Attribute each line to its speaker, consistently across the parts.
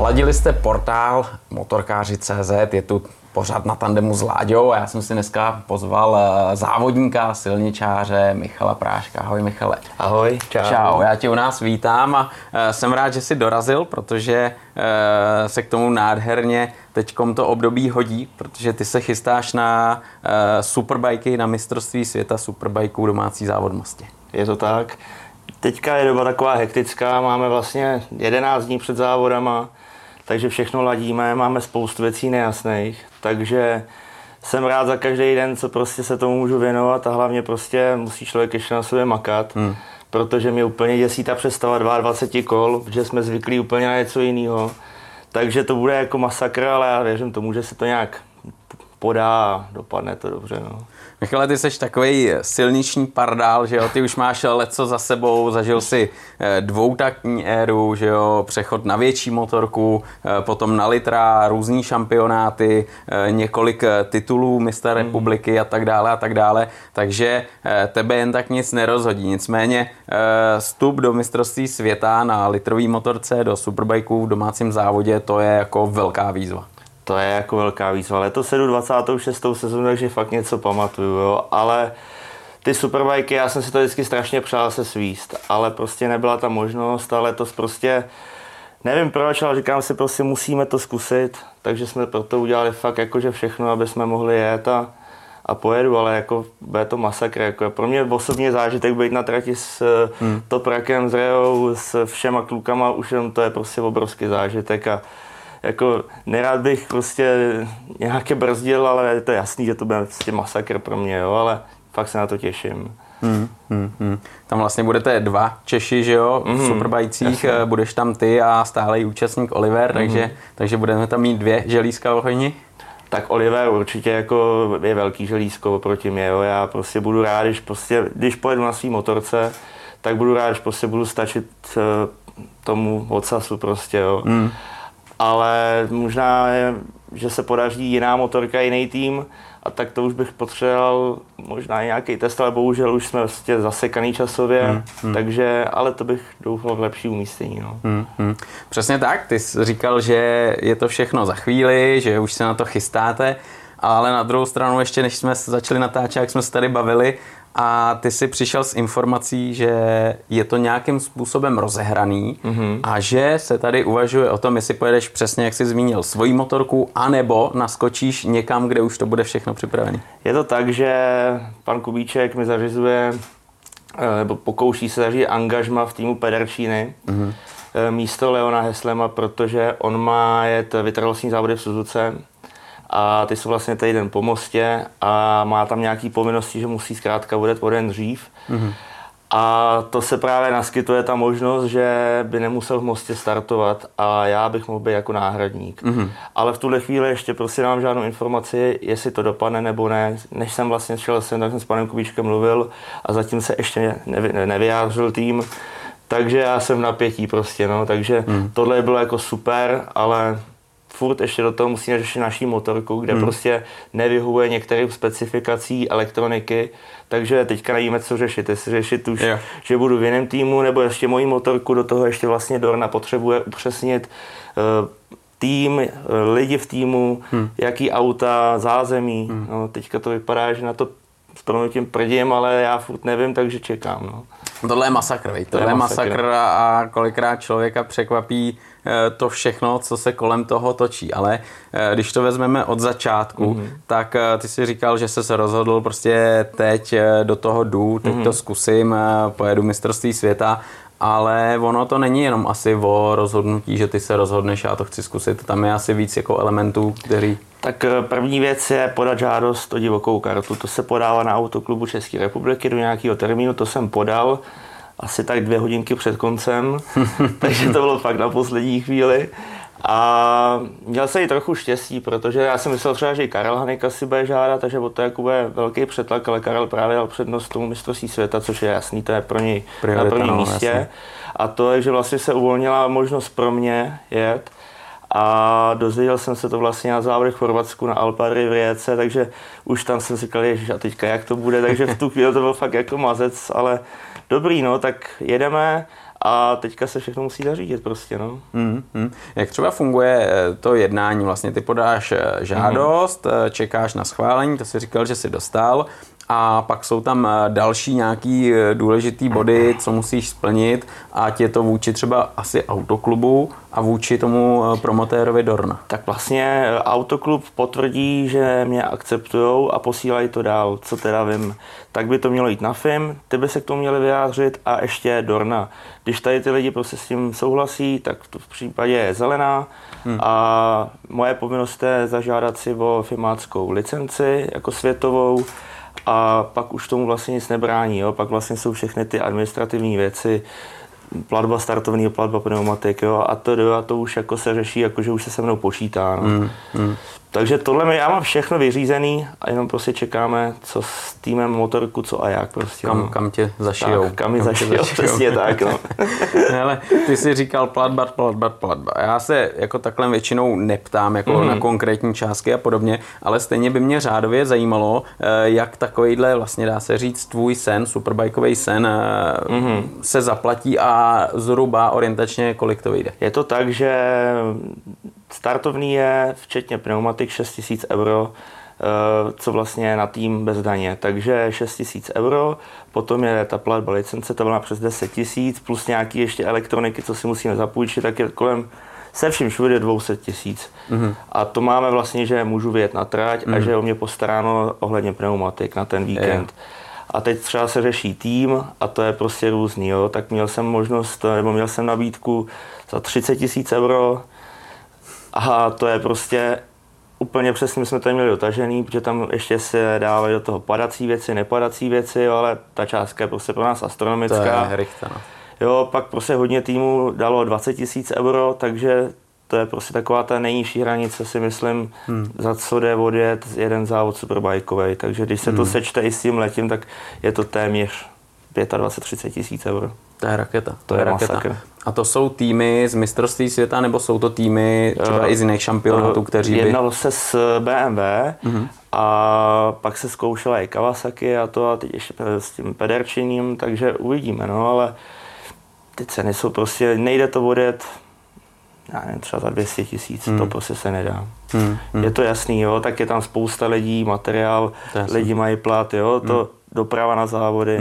Speaker 1: Naladili jste portál Motorkáři.cz, je tu pořád na tandemu s Láďou a já jsem si dneska pozval závodníka, silničáře Michala Práška. Ahoj Michale.
Speaker 2: Ahoj, čau.
Speaker 1: Čau, já tě u nás vítám a jsem rád, že jsi dorazil, protože se k tomu nádherně teďkom to období hodí, protože ty se chystáš na superbajky, na mistrovství světa superbajků domácí závod v Mostě.
Speaker 2: Je to tak. Teďka je doba taková hektická, máme vlastně 11 dní před závodama, takže všechno ladíme, máme spoustu věcí nejasných, takže jsem rád za každý den, co prostě se tomu můžu věnovat a hlavně prostě musí člověk ještě na sobě makat, protože mě úplně děsí ta představa 22 kol, protože jsme zvyklí úplně na něco jiného, takže to bude jako masakr, ale já věřím tomu, že se to nějak podá a dopadne to dobře. No.
Speaker 1: Michale, ty jsi takovej silniční pardál, že jo, ty už máš leco za sebou, zažil si dvoutaktní éru, že jo, přechod na větší motorku, potom na litra, různý šampionáty, několik titulů mistra republiky a tak dále, takže tebe jen tak nic nerozhodí, nicméně vstup do mistrovství světa na litrový motorce, do superbajků v domácím závodě, to je jako velká výzva.
Speaker 2: To je jako velká výzva. Letos jedu 26. sezónu, takže fakt něco pamatuju, jo. Ale ty superbajky, já jsem si to vždycky strašně přál se svíst, ale prostě nebyla ta možnost a letos prostě, nevím proč, ale říkám si, prostě musíme to zkusit, takže jsme proto udělali fakt jakože všechno, aby jsme mohli jet a pojedu, ale jako bude to masakr. Jako pro mě osobně zážitek být na trati s Toprakem, s Reou, s všema klukama, už jenom to je prostě obrovský zážitek a jako nerád bych prostě nějaké brzdil, ale je to jasný, že to bude prostě masakr pro mě, jo, ale fakt se na to těším.
Speaker 1: Tam vlastně budete dva Češi, že jo, v superbajcích, jasně. Budeš tam ty a stálej účastník Oliver, takže budeme tam mít dvě želízka v ohni.
Speaker 2: Tak Oliver určitě jako je velký želízko oproti mě, jo, já prostě budu rád, když pojedu na svý motorce, tak budu rád, když prostě budu stačit tomu odsasu prostě, jo. Ale možná, že se podaří jiná motorka, jiný tým a tak to už bych potřeboval možná nějaký test, ale bohužel už jsme vlastně zasekaný časově, takže, ale to bych doufal v lepší umístění. No.
Speaker 1: Přesně tak, ty jsi říkal, že je to všechno za chvíli, že už se na to chystáte, ale na druhou stranu ještě než jsme začali natáčet, jak jsme se tady bavili, a ty jsi přišel s informací, že je to nějakým způsobem rozehraný a že se tady uvažuje o tom, jestli pojedeš přesně, jak jsi zmínil, svoji motorku, anebo naskočíš někam, kde už to bude všechno připravené.
Speaker 2: Je to tak, že pan Kubíček mi zařizuje, nebo pokouší se zařídit angažma v týmu Pederčíny místo Leona Heslema, protože on má jet vytrvalostní závody v Suzuce. A ty jsou vlastně týden po Mostě a má tam nějaký povinnosti, že musí zkrátka odjet o den dřív. A to se právě naskytuje ta možnost, že by nemusel v Mostě startovat a já bych mohl být jako náhradník. Ale v tuhle chvíli ještě prostě nemám žádnou informaci, jestli to dopadne nebo ne. Než jsem vlastně šel sem, tak jsem s panem Kubíčkem mluvil a zatím se ještě nevyjádřil tým. Takže já jsem v napětí prostě, no. Takže tohle bylo jako super, ale furt ještě do toho musíme řešit naší motorku, kde prostě nevyhovuje některým specifikací elektroniky, takže teďka nevíme, co řešit. Jestli řešit už, že budu v jiném týmu, nebo ještě moji motorku, do toho ještě vlastně Dorna potřebuje upřesnit tým, lidi v týmu, jaký auta, zázemí. No, teďka to vypadá, že na to s proměnutím prdím, ale já furt nevím, takže čekám. No.
Speaker 1: Tohle je masakr, veď? Tohle je masakr a kolikrát člověka překvapí to všechno, co se kolem toho točí. Ale když to vezmeme od začátku, tak ty jsi říkal, že jsi se rozhodl prostě teď do toho jdu, teď to zkusím, pojedu mistrovství světa, ale ono to není jenom asi o rozhodnutí, že ty se rozhodneš, já to chci zkusit, tam je asi víc jako elementů, který...
Speaker 2: Tak první věc je podat žádost o divokou kartu, to se podává na Autoklubu České republiky do nějakého termínu, to jsem podal asi tak 2 hodinky před koncem, takže to bylo fakt na poslední chvíli. A měl jsem i trochu štěstí, protože já jsem myslel třeba, že i Karel Hanika si bude žádat, takže o to jako bude velký přetlak, ale Karel právě dal přednost tomu mistrovství světa, což je jasný, to je pro něj na prvním místě. Jasný. A to je, že vlastně se uvolnila možnost pro mě jet a dozvěděl jsem se to vlastně na závodech v Chorvatsku na Alpari v Rijece, takže už tam jsem si říkal, ježiš, a teďka jak to bude, takže v tu chvíli to byl fakt jako mazec, ale dobrý, no, tak jedeme a teďka se všechno musí zařídit prostě, no.
Speaker 1: Jak třeba funguje to jednání? Vlastně ty podáš žádost, čekáš na schválení, to jsi říkal, že jsi dostal, a pak jsou tam další nějaký důležitý body, co musíš splnit, ať je to vůči třeba asi autoklubu a vůči tomu promotérovi Dorna.
Speaker 2: Tak vlastně autoklub potvrdí, že mě akceptujou a posílají to dál, co teda vím. Tak by to mělo jít na FIM, ty by se k tomu měli vyjádřit a ještě Dorna. Když tady ty lidi prostě s tím souhlasí, tak to v případě je zelená a moje povinnost je zažádat si o fimáckou licenci jako světovou a pak už tomu vlastně nic nebrání. Jo? Pak vlastně jsou všechny ty administrativní věci, platba startovního, platba pneumatik, jo? A to už jako se řeší, jako že už se mnou počítá. No? Takže tohle já mám všechno vyřízený a jenom prostě čekáme, co s týmem motorku, co a jak prostě.
Speaker 1: Kam tě zašijou.
Speaker 2: Tak, kam zašijou, přesně tak. No.
Speaker 1: Hele, ty jsi říkal platba. Já se jako takhle většinou neptám jako na konkrétní částky a podobně, ale stejně by mě řádově zajímalo, jak takovýhle vlastně dá se říct tvůj sen, superbajkový sen se zaplatí a zhruba orientačně kolik to vyjde.
Speaker 2: Je to tak, že startovný je včetně pneumatik 6 000 €, co vlastně je na tým bez daně. Takže 6 000 €, potom je ta platba licence, to byla přes 10 000, plus nějaký ještě elektroniky, co si musíme zapůjčit, tak je kolem se vším všude 200 000. A to máme vlastně, že můžu vyjet na trať a že je o mě postaráno ohledně pneumatik na ten víkend. A teď třeba se řeší tým a to je prostě různý, jo. Tak měl jsem nabídku za 30 000 € a to je prostě úplně přesně, my jsme to měli dotažený, protože tam ještě se dávají do toho padací věci, nepadací věci, jo, ale ta částka je prostě pro nás astronomická.
Speaker 1: To je hrychta, no.
Speaker 2: Jo, pak prostě hodně týmů dalo 20 000 €, takže to je prostě taková ta nejnižší hranice, si myslím, za co jde odjet jeden závod superbajkovej. Takže když se to sečte i s tím letím, tak je to téměř 25-30 000 €.
Speaker 1: To je raketa.
Speaker 2: To je masakr.
Speaker 1: A to jsou týmy z mistrovství světa, nebo jsou to týmy třeba i z jiných šampionátů, kteří by...
Speaker 2: Jednalo se s BMW a pak se zkoušela i Kawasaki a teď ještě s tím Pederčiním, takže uvidíme, no, ale ty ceny jsou prostě, nejde to odjet, já nevím, třeba za 200 000, to prostě se nedá. Je to jasný, jo, tak je tam spousta lidí, materiál, lidi mají plat, jo, to doprava na závody.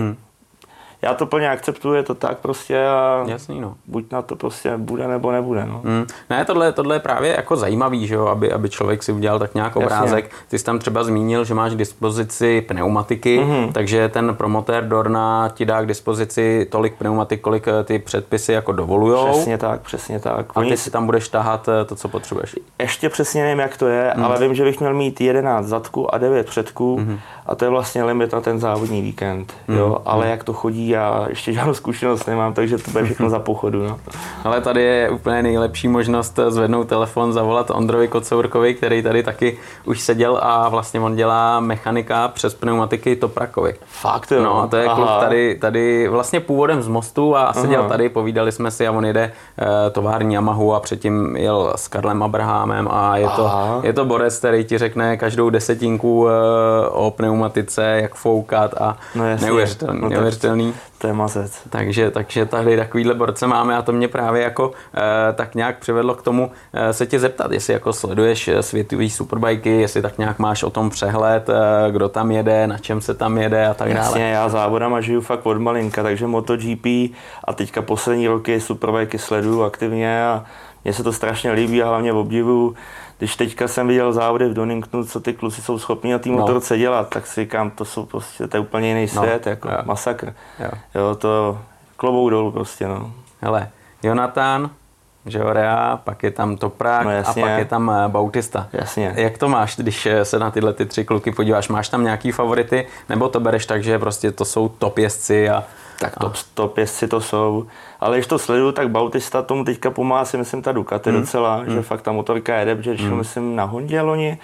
Speaker 2: Já to plně akceptuji, je to tak prostě a
Speaker 1: jasný, no.
Speaker 2: Buď na to prostě bude nebo nebude. No.
Speaker 1: Ne, tohle je právě jako zajímavý, že jo, aby člověk si udělal tak nějak obrázek. Ty jsi tam třeba zmínil, že máš k dispozici pneumatiky, takže ten promotér Dorna ti dá k dispozici tolik pneumatik, kolik ty předpisy jako dovolujou.
Speaker 2: Přesně tak.
Speaker 1: A ty si tam budeš tahat to, co potřebuješ.
Speaker 2: Ještě přesně nevím, jak to je, ale vím, že bych měl mít 11 zadků a 9 předků a to je vlastně limit na ten závodní víkend. Jo? Ale jak to chodí, já ještě žádnou zkušenost nemám, takže to bude všechno za pochodu. No.
Speaker 1: Ale tady je úplně nejlepší možnost zvednout telefon, zavolat Ondrovi Kocourkovi, který tady taky už seděl a vlastně on dělá mechanika přes pneumatiky Toprakovi.
Speaker 2: Fakt jo?
Speaker 1: No a to je kluk tady vlastně původem z Mostu a seděl tady, povídali jsme si a on jede tovární Yamahu a předtím jel s Karlem Abrahamem a je to borec, který ti řekne každou desetinku o pneumatice, jak foukat a neuvěřitelný.
Speaker 2: To je mazec.
Speaker 1: Takže tady takovýhle borce máme a to mě právě jako tak nějak přivedlo k tomu se tě zeptat, jestli jako sleduješ světový superbajky, jestli tak nějak máš o tom přehled, kdo tam jede, na čem se tam jede a tak dále.
Speaker 2: Jasně, já závodama žiju fakt od malinka, takže MotoGP a teďka poslední roky superbajky sleduju aktivně a mně se to strašně líbí a hlavně obdivuju. Když teďka jsem viděl závody v Doningtonu, co ty kluci jsou schopní na té motorce dělat, tak si říkám, to je úplně jiný svět, jako masakr. Jo, to klobouk dolů prostě, no.
Speaker 1: Hele, Jonathan, Žeorea, pak je tam Toprak a pak je tam Bautista.
Speaker 2: Jasně.
Speaker 1: Jak to máš, když se na tyhle ty 3 kluky podíváš? Máš tam nějaký favority, nebo to bereš tak, že prostě to jsou top jezdci
Speaker 2: tak top jezdci to jsou, ale když to sleduju, tak Bautista tomu teďka pomáhá si myslím ta Ducati docela, že fakt ta motorka jede, protože šel myslím na Hondě loni.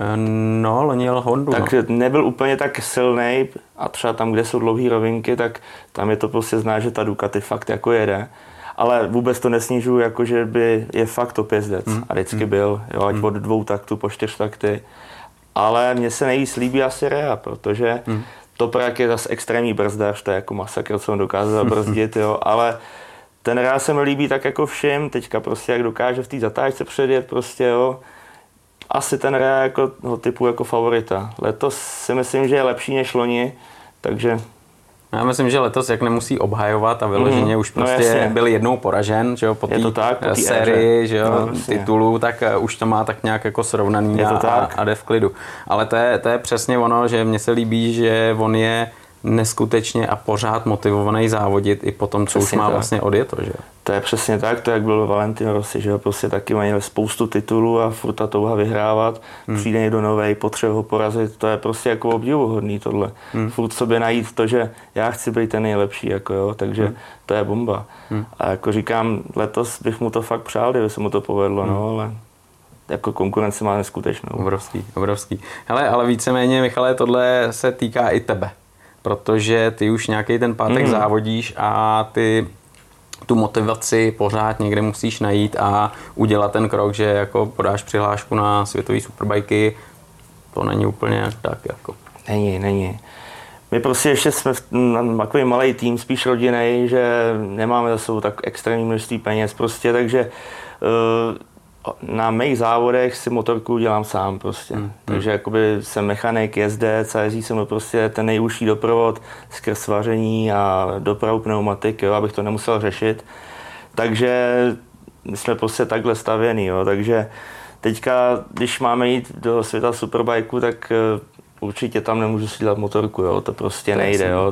Speaker 1: No, loni jel Hondu.
Speaker 2: Tak nebyl úplně tak silnej a třeba tam, kde jsou dlouhé rovinky, tak tam je to prostě zná, že ta Ducati fakt jako jede. Ale vůbec to nesnižuju, jako že by je fakt top jezdec a vždycky byl, jo, ať od 2 taktů po 4 takty. Ale mně se nejvíc líbí asi Rea, protože Toprak je zase extrémní brzdař, to je jako masakr, co on dokázal zabrzdit, jo, ale Ten rád se mi líbí tak jako všem, teďka prostě jak dokáže v té zatáčce předjet prostě, jo. Asi ten rád jako typu jako favorita. Letos si myslím, že je lepší než loni, takže...
Speaker 1: Já myslím, že letos jak nemusí obhajovat a vyloženě už prostě byl jednou poražen, že jo, po té sérii, že jo, titulu, tak už to má tak nějak jako srovnaný a jde v klidu. Ale to je přesně ono, že mně se líbí, že on je neskutečně a pořád motivovaný závodit i po tom, co přesně už má tak. Vlastně odjeto, že jo.
Speaker 2: To je přesně tak, to jak byl Valentino Rossi, že jo, prostě taky mají spoustu titulů a furt ta touha vyhrávat, přijde někdo novej, potřebuje ho porazit, to je prostě jako obdivuhodný tohle. Furt sobě najít to, že já chci být ten nejlepší, jako jo, takže to je bomba. A jako říkám, letos bych mu to fakt přál, kdyby se mu to povedlo, no, ale jako konkurence má neskutečnou.
Speaker 1: Obrovský. Hele, ale víceméně, Michale, tohle se týká i tebe, protože ty už nějaký ten pátek závodíš a ty tu motivaci pořád někde musíš najít a udělat ten krok, že jako podáš přihlášku na světový superbajky, to není úplně tak jako.
Speaker 2: Není. My prostě ještě jsme takový malý tým, spíš rodinný, že nemáme za sebou tak extrémní množství peněz prostě, takže na mých závodech si motorku dělám sám prostě. Takže jakoby jsem mechanik, jezdec a jezdí jsem prostě ten nejúžší doprovod skrz vaření a dopravu pneumatik, jo, abych to nemusel řešit. Takže my jsme prostě takhle stavěný, jo. Takže teďka, když máme jít do světa superbajku, tak určitě tam nemůžu si dělat motorku, jo. To prostě nejde, jo.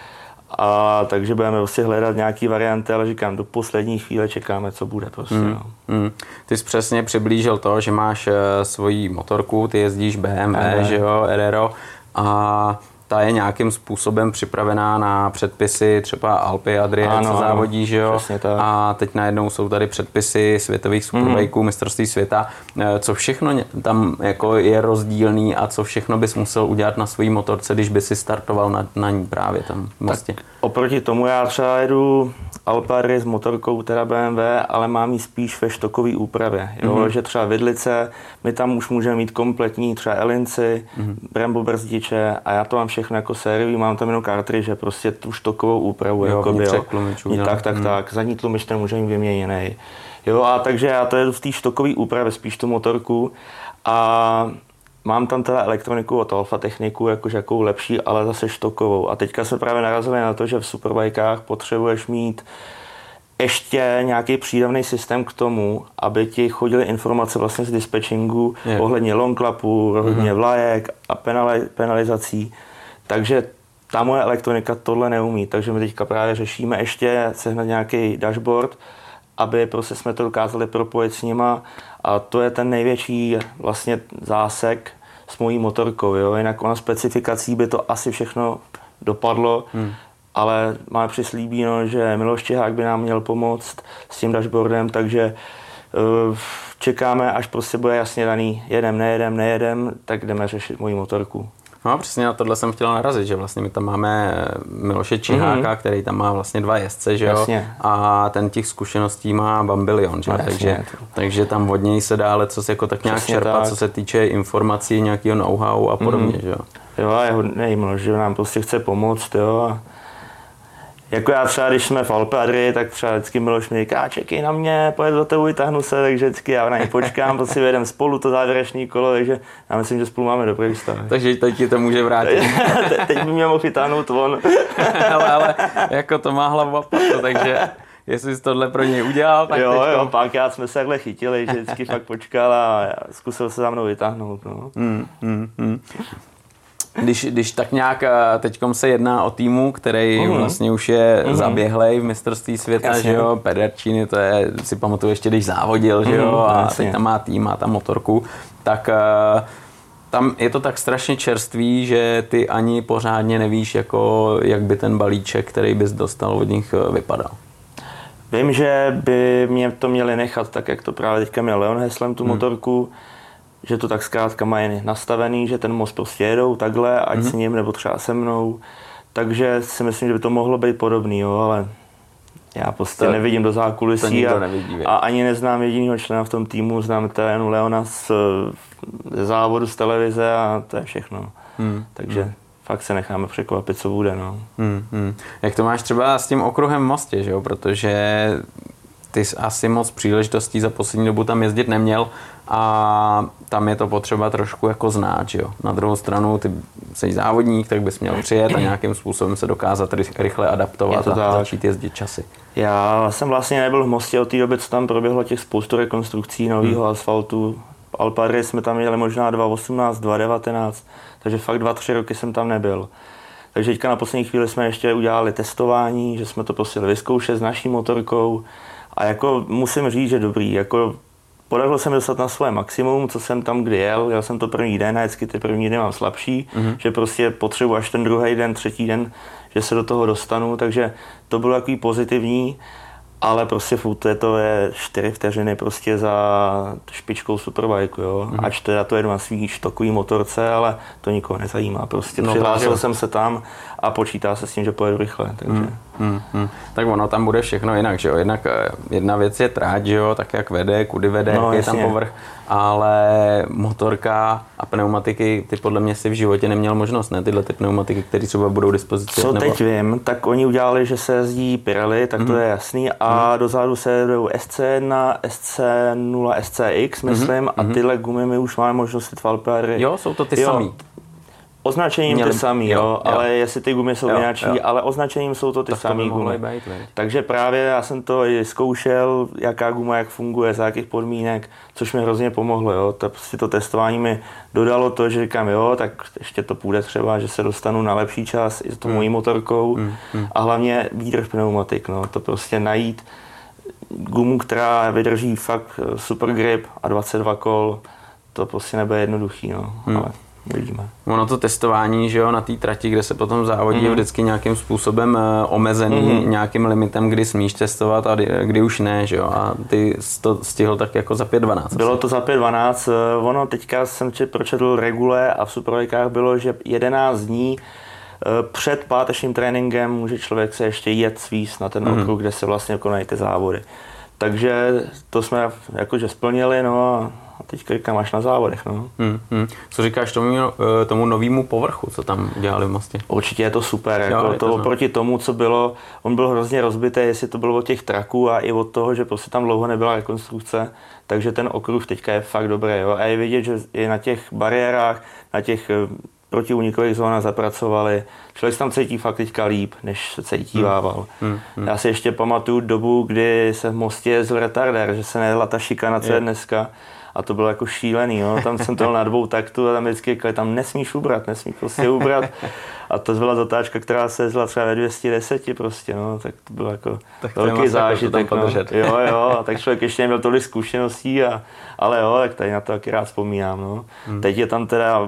Speaker 2: A takže budeme prostě hledat nějaký varianty, ale říkám, do poslední chvíle čekáme, co bude prostě.
Speaker 1: Ty jsi přesně přiblížil to, že máš svoji motorku, ty jezdíš BMW, že jo, Erero, a ta je nějakým způsobem připravená na předpisy třeba Alpy Adria, co závodí, že jo? A teď najednou jsou tady předpisy světových superbajků, mistrovství světa. Co všechno tam jako je rozdílný a co všechno bys musel udělat na svojí motorce, když by si startoval na ní právě tam v Mostě?
Speaker 2: Oproti tomu já třeba jedu Alpy Adria s motorkou, teda BMW, ale mám ji spíš ve štokové úpravě. Jo? Že třeba vidlice, my tam už můžeme mít kompletní třeba elinci, Brembo brzdiče a já to mám všechno jako sériový, mám tam jenom kartridže, prostě tu štokovou úpravu.
Speaker 1: Jo,
Speaker 2: Tak, zadní tlumič ten může mít vyměněný. Jo, a takže já to jedu v té štokové úpravě, spíš tu motorku a mám tam teda elektroniku od Alfa Techniku, jakože jakou lepší, ale zase štokovou. A teďka jsme právě narazili na to, že v superbajkách potřebuješ mít ještě nějaký přídavný systém k tomu, aby ti chodily informace vlastně z dispatchingu ohledně long clapu, ohledně vlajek a penalizací. Takže ta moje elektronika tohle neumí, takže my teďka právě řešíme ještě sehnat nějaký dashboard, aby prostě jsme to dokázali propojit s nima a to je ten největší vlastně zásek s mojí motorkou, jo? Jinak ona specifikací by to asi všechno dopadlo, ale máme přislíbeno, že Miloš Čihák by nám měl pomoct s tím dashboardem, takže čekáme, až prostě bude jasně daný, nejedem, tak jdeme řešit moji motorku.
Speaker 1: No přesně na tohle jsem chtěl narazit, že vlastně my tam máme Miloše Čiháka, který tam má vlastně 2 jezdce, že jo, a ten těch zkušeností má bambilion, že? Takže tam od něj se dá lecos jako tak nějak čerpat, co se týče informací, nějakého know-how a podobně, že jo.
Speaker 2: Jo, a je hodnej Miloš, že nám prostě chce pomoct, jo. Jako já třeba, když jsme v Alpy Adrii, tak třeba vždycky Miloš mi říká, čekej na mě, pojď do tebe, vytáhnu se, takže vždycky já na něj počkám, prostě vyjedeme spolu to závěrečné kolo, takže já myslím, že spolu máme dobrý vztah.
Speaker 1: Takže teď ti to může vrátit.
Speaker 2: Teď by mě mohl vytáhnout on.
Speaker 1: ale jako to má hlavu a patu, takže jestli jsi tohle pro něj udělal, tak
Speaker 2: jo, párkrát jsme se takhle chytili, že vždycky fakt počkal a zkusil se za mnou vytáhnout. No.
Speaker 1: Když tak nějak teďkom se jedná o týmu, který vlastně už je zaběhlej v mistrovství světa, že jo, Pedercini, to je, si pamatuju ještě, když závodil, že jo, a teď tam má tým, má tam motorku, tak tam je to tak strašně čerstvý, že ty ani pořádně nevíš, jako, jak by ten balíček, který bys dostal od nich, vypadal.
Speaker 2: Vím, že by mě to měli nechat tak, jak to právě teďka měl Leon Heslem, tu motorku, že to tak zkrátka mají nastavený, že ten most prostě jedou takhle, ať s ním nebo třeba se mnou. Takže si myslím, že by to mohlo být podobný, jo, ale já prostě nevidím do zákulisí a ani neznám jedinýho člena v tom týmu, znám jen Leona ze závodu, z televize a to je všechno. Takže fakt se necháme překvapit, co bude, no.
Speaker 1: Jak to máš třeba s tím okruhem v Mostě, že jo? Protože ty jsi asi moc příležitostí za poslední dobu tam jezdit neměl a tam je to potřeba trošku jako znát, že jo? Na druhou stranu ty jsi závodník, tak bys měl přijet a nějakým způsobem se dokázat rychle adaptovat a začít jezdit časy.
Speaker 2: Já jsem vlastně nebyl v Mostě od té doby, co tam proběhlo těch spoustu rekonstrukcí nového asfaltu. Alpary jsme tam jeli možná 2018, 2019, takže fakt 2-3 roky jsem tam nebyl. Takže teďka na poslední chvíli jsme ještě udělali testování, že jsme to prostě vyzkoušet s naší motorkou a jako musím říct, že dobrý, jako podařilo se mi dostat na svoje maximum, co jsem tam kdy jel jsem to první den a vždycky ty první dny mám slabší, že prostě potřebuji až ten druhý den, třetí den, že se do toho dostanu, takže to bylo takový pozitivní. Ale prostě furt to je 4 vteřiny prostě za špičkou superbike, jo. Ač teda to jedu na svý štokový motorce, ale to nikoho nezajímá. Prostě přihlásil jsem se tam a počítá se s tím, že pojedu rychle, takže.
Speaker 1: Tak ono tam bude všechno jinak, že jo. Jednak jedna věc je tráť, že jo, tak jak vede, kudy vede, jaký je tam povrch, ale motorka a pneumatiky, ty podle mě si v životě neměl možnost, ne? Tyhle ty pneumatiky, které třeba budou k dispozici.
Speaker 2: Co teď vím, tak oni udělali, že se jezdí Pirelli, tak to je jasný a dozadu se jedou SC1, SC0, SCX, myslím, a tyhle gumy my už máme možnost v Alpary.
Speaker 1: Jo, jsou to ty samý.
Speaker 2: Označením ty samý, jo, ale jestli ty gumy jsou jináčí, ale označením jsou to ty samý gumy. Takže právě já jsem to i zkoušel, jaká guma, jak funguje, za jakých podmínek, což mi hrozně pomohlo, jo. To testování mi dodalo to, že říkám, jo, tak ještě to půjde třeba, že se dostanu na lepší čas i s tou mojí motorkou a hlavně výdrž pneumatik, no, to prostě najít gumu, která vydrží fakt super grip a 22 kol, to prostě nebude jednoduchý, no, ale uvidíme.
Speaker 1: Ono to testování, že jo, na té trati, kde se potom závodí, je vždycky nějakým způsobem omezený nějakým limitem, kdy smíš testovat a kdy už ne, že jo. A ty to stihl tak jako za 5:12.
Speaker 2: Bylo to za 5:12. Ono teďka jsem pročetl regule a v superbikách bylo, že 11 dní před pátečním tréninkem může člověk se ještě jet svíst na ten okruh, kde se vlastně konají ty závody. Takže to jsme jakože splnili, no a teďka říkám až na závodech, no.
Speaker 1: Co říkáš tomu novému povrchu, co tam dělali v Mostě?
Speaker 2: Určitě je to super, jako to oproti tomu, co bylo, on byl hrozně rozbitý, jestli to bylo od těch traků a i od toho, že prostě tam dlouho nebyla rekonstrukce, takže ten okruh teďka je fakt dobrý, jo. A je vidět, že i na těch bariérách, na těch protiúnikových zónách zapracovali. Člověk se tam cítí fakt teďka líp, než se cítívával. Já si ještě pamatuju dobu, kdy se v Mostě jezdil retardér, že se nejela ta šikana, co je dneska. A to bylo jako šílený, jo. Tam jsem to jel na 2 taktu a tam vždycky říkali, tam nesmíš prostě ubrat. A to byla zatáčka, která se jezdila třeba ve 210 prostě, no. Tak to bylo jako velký zážitek, no. Jo, a tak člověk ještě neměl tolik zkušeností, ale jo, tak tady na to taky rád vzpomínám, no. Teď je tam teda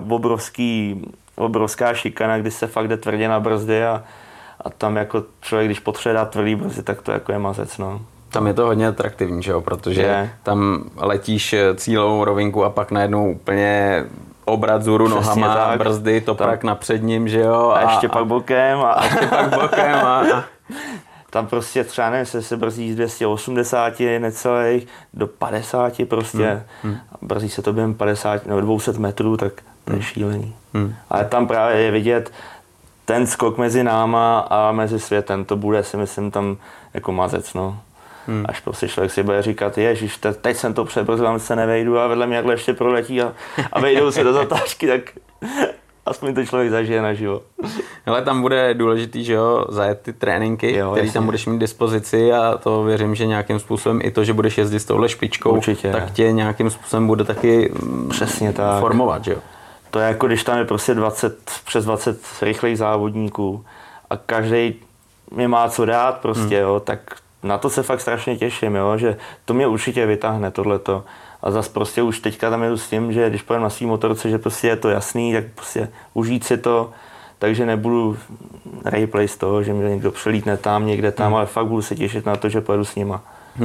Speaker 2: obrovská šikana, kdy se fakt jde tvrdě na brzdy a tam jako člověk, když potřebuje dát tvrdý brzdy, tak to jako je mazec, no.
Speaker 1: Tam je to hodně atraktivní, že jo, protože tam letíš cílovou rovinku a pak najednou úplně obrat vzhůru nohama, tak, brzdy, toprak na předním, že jo.
Speaker 2: A ještě pak bokem.
Speaker 1: A ještě pak bokem.
Speaker 2: Tam prostě třeba nevím, se brzdí z 280 necelých do 50 prostě. Brzdí se to během 50 nebo 200 metrů, tak to je šílený. Ale tam právě je vidět ten skok mezi náma a mezi světem, to bude si myslím tam jako mazec, no. Až prostě člověk si bude říkat, ježiš, teď jsem to přebrzdil, tam se nevejdu a vedle mě jakhle ještě proletí a vejdou se do zatáčky, tak aspoň to člověk zažije naživo.
Speaker 1: Ale tam bude důležitý, že jo, zajet ty tréninky, které tam budeš mít dispozici a to věřím, že nějakým způsobem i to, že budeš jezdit s touhle špičkou, určitě, tak tě nějakým způsobem bude taky přesně tak formovat, že jo.
Speaker 2: To je jako když tam je prostě přes 20 rychlých závodníků a každý mi má co dát prostě, jo, tak na to se fakt strašně těším, jo, že to mě určitě vytáhne tohleto. A zas prostě už teďka tam jedu s tím, že když pojem na svý motorce, že prostě je to jasný, tak prostě užít si to, takže nebudu replay z toho, že mě někdo přelítne tam, někde tam, ale fakt budu se těšit na to, že pojedu s nima.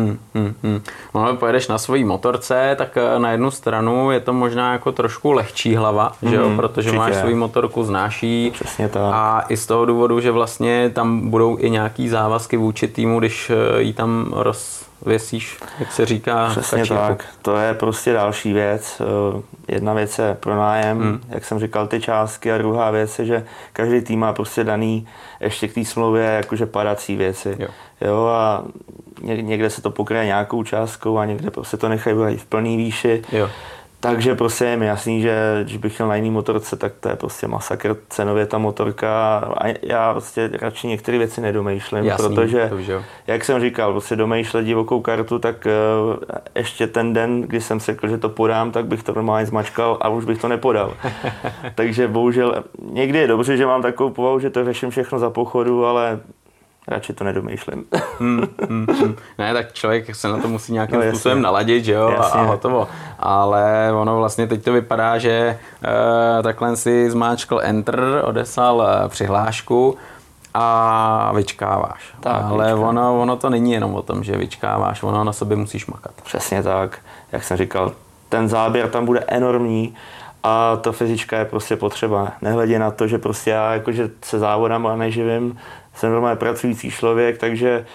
Speaker 1: No, pojedeš na svojí motorce, tak na jednu stranu je to možná jako trošku lehčí hlava, že jo? Protože určitě máš svoji motorku, znáš jí.
Speaker 2: Přesně tak.
Speaker 1: A i z toho důvodu, že vlastně tam budou i nějaký závazky vůči týmu, když jí tam věsíš, jak se říká.
Speaker 2: Přesně tak, to je prostě další věc. Jedna věc je pronájem, jak jsem říkal, ty částky, a druhá věc je, že každý tým má prostě daný ještě k té smlouvě jakože padací věci. Jo, a někde se to pokryje nějakou částkou a někde prostě to nechají v plný výši. Jo. Takže prostě je mi jasný, že když bych chtěl na jiný motorce, tak to je prostě masakr cenově ta motorka a já prostě radši některé věci nedomýšlím, protože, jak jsem říkal, prostě domýšlet divokou kartu, tak ještě ten den, kdy jsem si řekl, že to podám, tak bych to normálně zmačkal a už bych to nepodal. Takže bohužel někdy je dobře, že mám takovou povahu, že to řeším všechno za pochodu, ale radši to nedomýšlím.
Speaker 1: Ne, tak člověk se na to musí nějakým způsobem naladit, že jo, a hotovo. Ale ono vlastně teď to vypadá, že takhle si zmáčkl Enter, odeslal přihlášku a vyčkáváš. Tak, ale ono to není jenom o tom, že vyčkáváš, ono na sobě musíš makat.
Speaker 2: Přesně tak, jak jsem říkal, ten záběr tam bude enormní a ta fyzička je prostě potřeba. Nehledě na to, že prostě já jakože se závodama neživím, jsem normálně pracující člověk, takže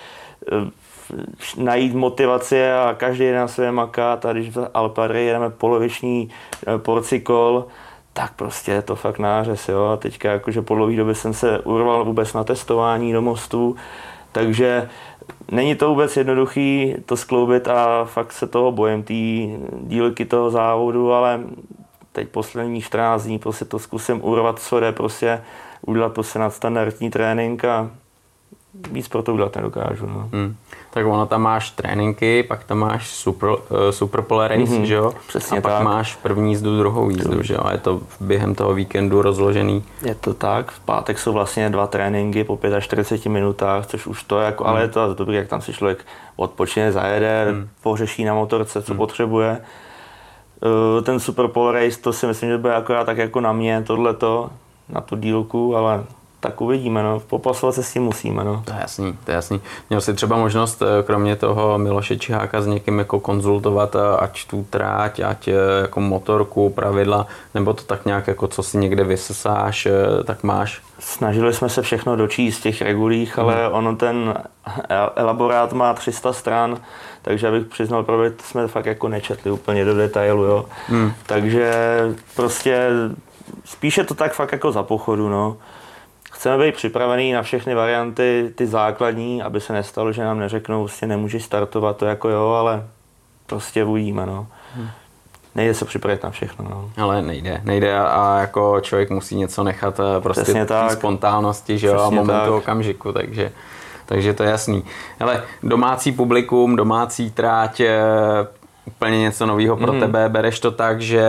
Speaker 2: najít motivaci a každý den na své makat a když v Alpadry jedeme poloviční porci kol, tak prostě je to fakt nářez, jo. A teďka jakože po dlouhé době jsem se urval vůbec na testování do mostu, takže není to vůbec jednoduchý to skloubit a fakt se toho bojím, té dílky toho závodu, ale teď poslední 14 dní prostě to zkusím urvat, co jde, prostě udělat prostě nadstandardní trénink a víc pro to udělat nedokážu. No.
Speaker 1: Tak ono tam máš tréninky, pak tam máš super pole race, že jo?
Speaker 2: Přesně
Speaker 1: a pak
Speaker 2: tak.
Speaker 1: Máš první jízdu, druhou jízdu, že jo? A je to během toho víkendu rozložený.
Speaker 2: Je to tak, v pátek jsou vlastně 2 tréninky po 45 minutách, což už to je jako, ale je to dobrý, jak tam si člověk odpočine, zajede, pořeší na motorce, co potřebuje. Ten super pole race, to si myslím, že bude akorát tak jako na mě, tohleto, na tu dílku, ale tak uvidíme, no. Popasovat se s tím musíme, no.
Speaker 1: To je jasný. Měl jsi třeba možnost, kromě toho Miloše Čiháka, s někým jako konzultovat, ať tu tráť, ať jako motorku, pravidla, nebo to tak nějak jako co si někde vysesáš, tak máš?
Speaker 2: Snažili jsme se všechno dočíst v těch regulích, ale ono ten elaborát má 300 stran, takže abych přiznal, jsme fakt jako nečetli úplně do detailu, jo. Takže prostě spíše to tak fakt jako za pochodu, no. Chceme být připravený na všechny varianty, ty základní, aby se nestalo, že nám neřeknou, prostě nemůžeš startovat, to jako jo, ale prostě uvidíme, no. Nejde se připravit na všechno, no.
Speaker 1: Ale nejde a jako člověk musí něco nechat prostě té spontánnosti, že jo, a momentu okamžiku, takže to je jasný. Hele, domácí publikum, domácí tráť, úplně něco nového pro tebe, bereš to tak, že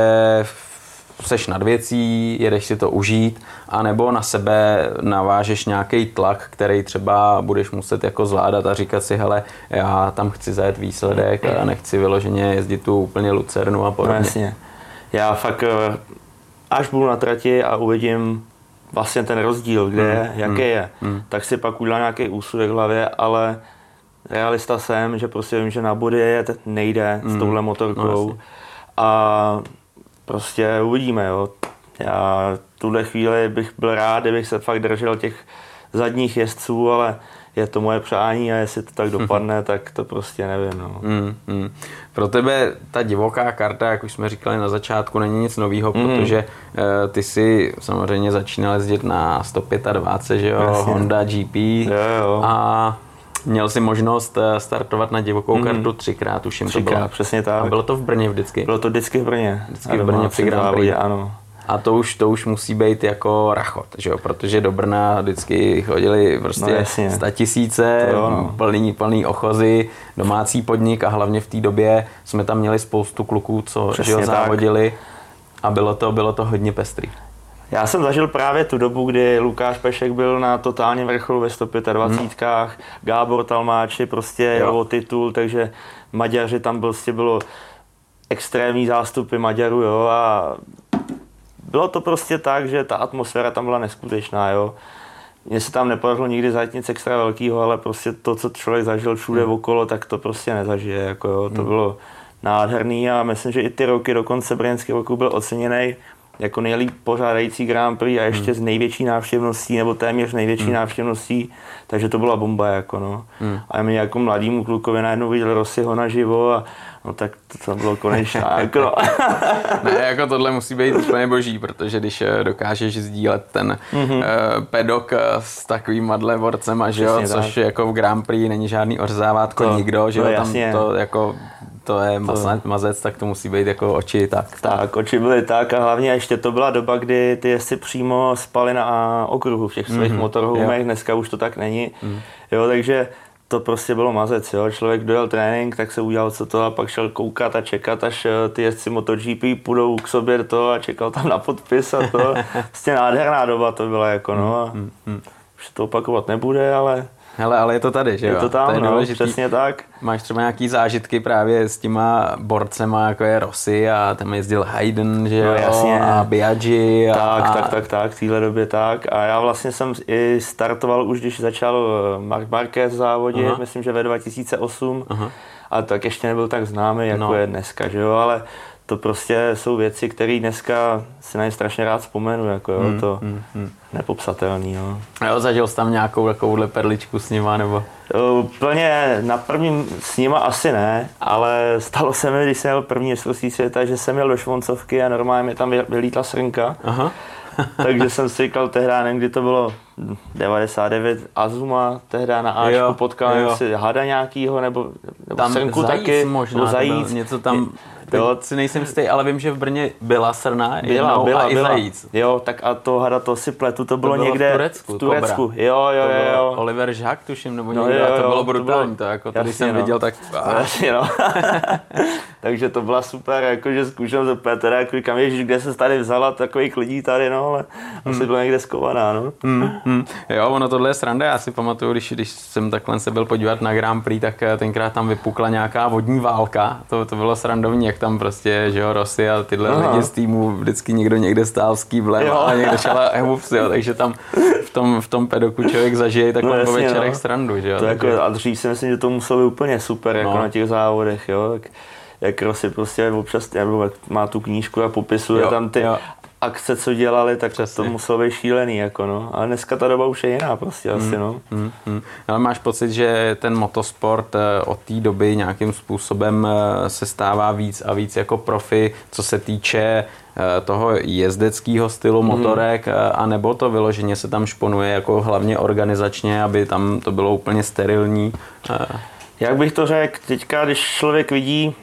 Speaker 1: seš nad věcí, jedeš si to užít, anebo na sebe navážeš nějaký tlak, který třeba budeš muset jako zvládat a říkat si, hele, já tam chci zajet výsledek a nechci vyloženě jezdit tu úplně lucernu a podobně.
Speaker 2: No jasně. Já fakt, až budu na trati a uvidím vlastně ten rozdíl, kde je, jaký je, tak si pak udělám nějaký úsudek v hlavě, ale realista jsem, že prostě vím, že na body jet nejde s touhle motorkou.
Speaker 1: No,
Speaker 2: a prostě uvidíme, jo. Já v tuhle chvíli bych byl rád, kdybych se fakt držel těch zadních jezdců, ale je to moje přání a jestli to tak dopadne, tak to prostě nevím, no.
Speaker 1: Pro tebe ta divoká karta, jak už jsme říkali na začátku, není nic novýho, protože ty si samozřejmě začínal jezdit na 125, že jo,
Speaker 2: Jasně.
Speaker 1: Honda GP
Speaker 2: jo.
Speaker 1: A měl jsi možnost startovat na divokou kartu 3krát, tuším to bylo.
Speaker 2: Přesně tak.
Speaker 1: A bylo to v Brně vždycky?
Speaker 2: Bylo to vždycky v Brně.
Speaker 1: Vždycky v Brně při Grand Prix.
Speaker 2: Ano.
Speaker 1: A to už musí být jako rachot, že jo? Protože do Brna vždycky chodili prostě 100 000, plný ochozy, domácí podnik a hlavně v té době jsme tam měli spoustu kluků, co že jo, závodili a bylo to hodně pestrý.
Speaker 2: Já jsem zažil právě tu dobu, kdy Lukáš Pešek byl na totálně vrcholu ve 125, Gábor Talmáči prostě jel o titul, takže Maďaři tam prostě bylo extrémní zástupy Maďarů, jo, a bylo to prostě tak, že ta atmosféra tam byla neskutečná, jo. Mně se tam nepodařilo nikdy zajít nic extra velkého, ale prostě to, co člověk zažil všude okolo, tak to prostě nezažije, jako jo. To bylo nádherný a myslím, že i ty roky, dokonce brněnský roku byl oceněný jako nejlíp pořádající Grand Prix a ještě s největší návštěvností, nebo téměř největší návštěvností, takže to byla bomba, jako no. A my jako mladýmu klukovi najednou viděl Rossiho naživo a no tak to bylo konečné, jako no.
Speaker 1: Ne, jako tohle musí být úplně boží, protože když dokážeš sdílet ten pedok s takovým madlevorcema, že jo, což jako v Grand Prix není žádný orzávátko nikdo, že jo, tam to jako to je mazec, tak to musí být jako oči tak.
Speaker 2: Tak, oči byly tak a hlavně ještě to byla doba, kdy ty jezdci přímo spali na okruhu v těch svých motorhomech, dneska už to tak není, jo, takže to prostě bylo mazec, jo. Člověk dojel trénink, tak se udělal co to a pak šel koukat a čekat, až ty jezdci MotoGP půjdou k sobě to a čekal tam na podpis a to. Prostě nádherná doba to byla, jako no. Už to opakovat nebude, ale...
Speaker 1: Hele, ale je to tady, že jo?
Speaker 2: Je to tam, to je přesně tak.
Speaker 1: Máš třeba nějaký zážitky právě s těma borcema, jako je Rossi a tam jezdil Hayden, že jo?
Speaker 2: No, jasně.
Speaker 1: A Biaggi.
Speaker 2: Tak, v téhle době tak. A já vlastně jsem i startoval už, když začal Marc Marquez závodit, myslím, že ve 2008. A tak ještě nebyl tak známý, jako je dneska, že jo? Ale to prostě jsou věci, které dneska si na ně strašně rád vzpomenu, jako jo, to nepopsatelný, jo.
Speaker 1: Jo, zažil jsi tam nějakou takovouhle perličku s nima, nebo?
Speaker 2: Úplně na prvním s nima asi ne, ale stalo se mi, když jsem jel první mistrovství světa, že jsem jel do Švoncovky a normálně mi tam vylítla srnka. Takže jsem si říkal tehdy, kdy to bylo 99 Azuma, tehdy na Ačku potkal si hada nějakýho, nebo
Speaker 1: tam
Speaker 2: srnku
Speaker 1: zajíc
Speaker 2: taky,
Speaker 1: možná,
Speaker 2: zajíc.
Speaker 1: Něco tam, jo, si nejsem jistý, ale vím, že v Brně byla srna
Speaker 2: byla,
Speaker 1: i zajíc.
Speaker 2: Jo, tak a to hada to si pletu, to bylo někde
Speaker 1: v Turecku.
Speaker 2: Jo.
Speaker 1: Oliver Žák tuším, nebo někdo, a to bylo brutální, to jako tady jsem viděl, tak...
Speaker 2: Jasně, no. Takže to byla super, jakože zkušenost opět, teda jako říkám, ježiš, kde se tady vzala takových lidí tady, no, ale asi byla někde skovaná, no.
Speaker 1: Jo, ono tohle je sranda, já si pamatuju, když jsem takhle se byl podívat na Grand Prix, tak tenkrát tam vypukla nějaká vodní válka, to bylo srandovní, jak tam prostě, že jo, Rossi a tyhle lidi z týmu, vždycky někdo někde stál s kýblem a někdo šel a jo, takže tam v tom pedoku člověk zažije takhle po večerech srandu, že jo.
Speaker 2: To jako, a dřív si myslím, že to muselo být úplně super, jako na těch závodech, jo, jak Rossi prostě občas má tu knížku a popisuje tam ty akce, co dělali, tak to muselo být šílený, jako no. Ale dneska ta doba už je jiná prostě asi, no.
Speaker 1: Ale máš pocit, že ten motosport od té doby nějakým způsobem se stává víc a víc jako profi, co se týče toho jezdeckého stylu motorek, a nebo to vyloženě se tam šponuje jako hlavně organizačně, aby tam to bylo úplně sterilní?
Speaker 2: Jak bych to řekl, teďka, když člověk vidí,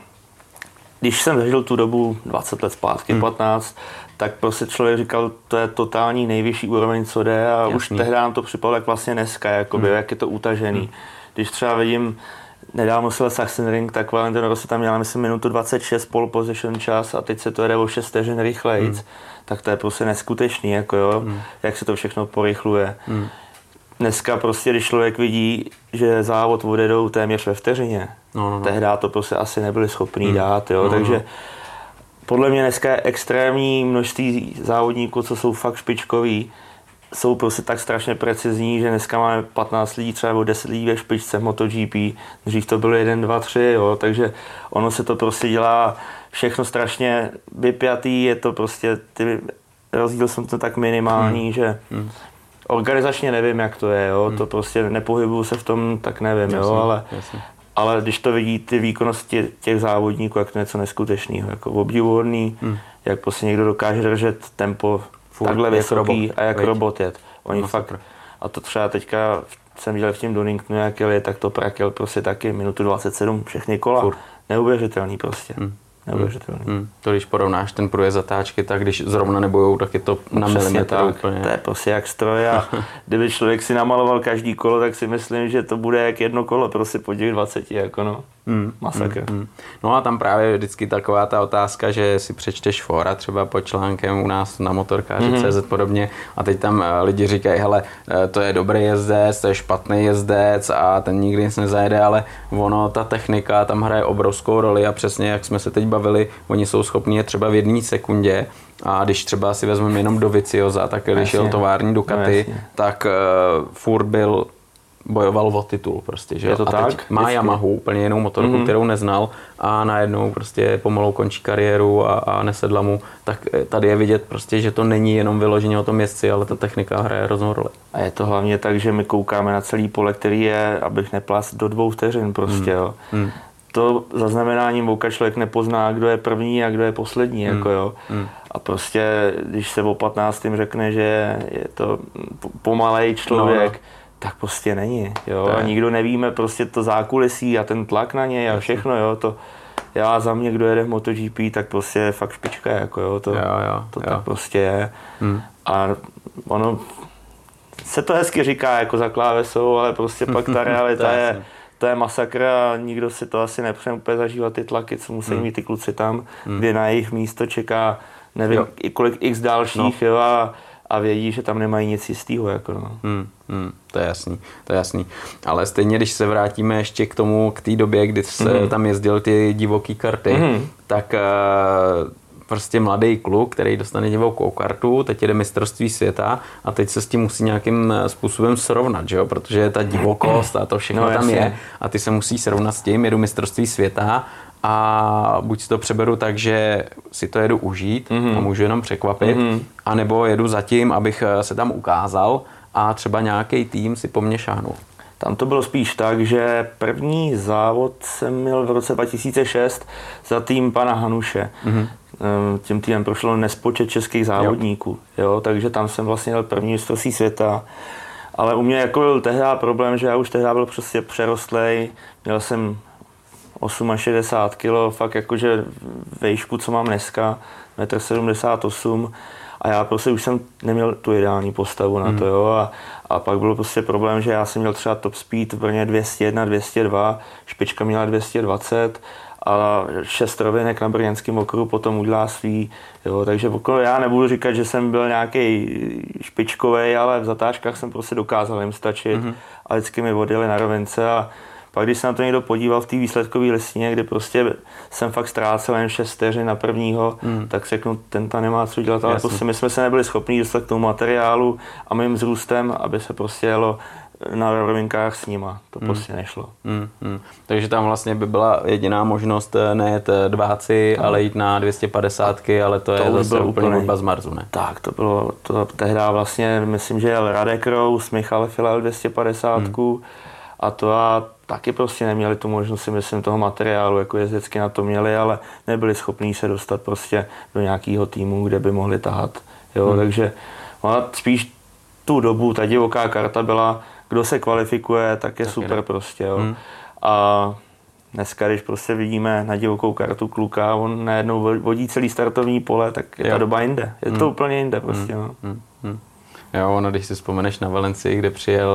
Speaker 2: když jsem zažil tu dobu 20 let zpátky, 15, tak prostě člověk říkal, to je totální nejvyšší úroveň, co jde a už tehdy nám to připadlo jak vlastně dneska, jakoby, jak je to utažený. Když třeba vidím, nedávno se Sachsenring, tak Valentino Rossi tam měla, myslím, minutu 26 pole position čas a teď se to jede o 6 vteřin rychlejc, tak to je prostě neskutečný, jako jo, jak se to všechno porychluje. Dneska prostě, když člověk vidí, že závod odjedou téměř ve vteřině, tehdy to prostě asi nebyli schopní dát, jo, takže podle mě dneska je extrémní množství závodníků, co jsou fakt špičkoví, jsou prostě tak strašně precizní, že dneska máme 15 lidí, třeba o 10 lidí ve špičce MotoGP, dřív to bylo 1, 2, 3, jo, takže ono se to prostě dělá všechno strašně vypjatý, je to prostě, rozdíl jsou to tak minimální, že organizačně nevím, jak to je, jo, to prostě nepohybuju se v tom, tak nevím, jo, ale když to vidí ty výkonnosti těch závodníků, jak to něco neskutečného, jako obdivuhodný, jak prostě někdo dokáže držet tempo takhle vysoký a jak robot jet. Oni fakt, a to třeba teďka jsem viděl v tím Doningtonu, jak jel, tak to Prak jel prostě taky minutu 27, všechny kola. Neuvěřitelný prostě. Neuvěřitelný.
Speaker 1: To když porovnáš ten průjezd zatáčky, tak když zrovna nebojou, tak je to na milimetr úplně.
Speaker 2: To je prostě jak stroj a kdyby člověk si namaloval každý kolo, tak si myslím, že to bude jak jedno kolo prostě po těch 20, jako no. Masakr.
Speaker 1: No a tam právě vždycky taková ta otázka, že si přečteš fóra třeba pod článkem u nás na motorkáři.cz podobně a teď tam lidi říkají, hele, to je dobrý jezdec, to je špatný jezdec a ten nikdy nic nezajede, ale ono, ta technika tam hraje obrovskou roli a přesně jak jsme se teď bavili, oni jsou schopní je třeba v 1 sekundě. A když třeba si vezmeme jenom Doviziosa, tak když jel tovární Ducati, tak furt byl bojoval o titul prostě, že
Speaker 2: je to
Speaker 1: a
Speaker 2: tak?
Speaker 1: teď má Yamahu, úplně jinou motorku, kterou neznal a najednou prostě pomalu končí kariéru a nesedla mu, tak tady je vidět prostě, že to není jenom vyloženě o tom jezdci, ale ta technika hraje hroznou roli.
Speaker 2: A je to hlavně tak, že my koukáme na celý pole, který je, abych neplas, do 2 vteřin prostě, jo. To zaznamenáním oka člověk nepozná, kdo je první a kdo je poslední, jako jo. A prostě, když se o 15. řekne, že je to pomalej člověk, tak prostě není, jo. A nikdo nevíme prostě to zákulisí a ten tlak na něj a všechno, jo. To já za mě, kdo jede v MotoGP, tak prostě je fakt špička, jako jo. To tak prostě je. A ono se to hezky říká jako za klávesou, ale prostě pak ta realita to je masakr a nikdo si to asi nepřeje úplně zažívat ty tlaky, co musí mít ty kluci tam, kdy na jejich místo čeká nevím kolik x dalších, jo, a vědí, že tam nemají nic jistého. Jako no.
Speaker 1: To je jasný. Ale stejně, když se vrátíme ještě k té době, kdy se tam jezdil ty divoký karty, tak prostě mladý kluk, který dostane divokou kartu, teď jede mistrovství světa a teď se s tím musí nějakým způsobem srovnat, že jo? Protože ta divokost a to všechno tam je a ty se musí srovnat s tím, jedu mistrovství světa a buď si to přeberu tak, že si to jedu užít a můžu jenom překvapit, anebo jedu zatím, abych se tam ukázal a třeba nějaký tým si po mně šáhnul.
Speaker 2: Tam to bylo spíš tak, že první závod jsem měl v roce 2006 za tým pana Hanuše. Tím týmem prošlo nespočet českých závodníků, jo, takže tam jsem vlastně měl první mistrovství světa. Ale u mě jako byl tehdy problém, že já už tehdy byl prostě přerostlej, měl jsem 68 kg, fakt jakože vejšku, co mám dneska, 1,78 m. A já prostě už jsem neměl tu ideální postavu na to, jo. A pak byl prostě problém, že já jsem měl třeba top speed v Brně 201, 202, špička měla 220 a 6 rovinek na brněnském okruhu potom udělá svý, jo. Takže já nebudu říkat, že jsem byl nějaký špičkovej, ale v zatáčkách jsem prostě dokázal jim stačit a vždycky mi odjeli na rovince a pak když se na to někdo podíval v té výsledkové listině, kdy prostě jsem fakt ztrácel jen 6 vteřin na prvního, tak řeknu, ten tam nemá co dělat, ale prostě my jsme se nebyli schopni dostat k tomu materiálu a mým vzrůstem, aby se prostě jelo na rovinkách s nima. To prostě nešlo.
Speaker 1: Takže tam vlastně by byla jediná možnost nejet dváci, ale jít na 250, ale to je zase úplně hudba z Marsu, ne?
Speaker 2: Tak, to bylo tehdy vlastně, myslím, že jel Radek Rous, Michal Filel 250 a to a taky prostě neměli tu možnost, si myslím, toho materiálu, jako jezdecky na to měli, ale nebyli schopní se dostat prostě do nějakého týmu, kde by mohli tahat. Jo, takže spíš tu dobu, ta divoká karta byla, kdo se kvalifikuje, tak je tak super prostě. Jo. A dneska, když prostě vidíme na divokou kartu kluka, on najednou vodí celý startovní pole, tak je ta doba jinde. Je to úplně jinde prostě. No.
Speaker 1: Jo, ono, když si vzpomeneš na Valencii, kde přijel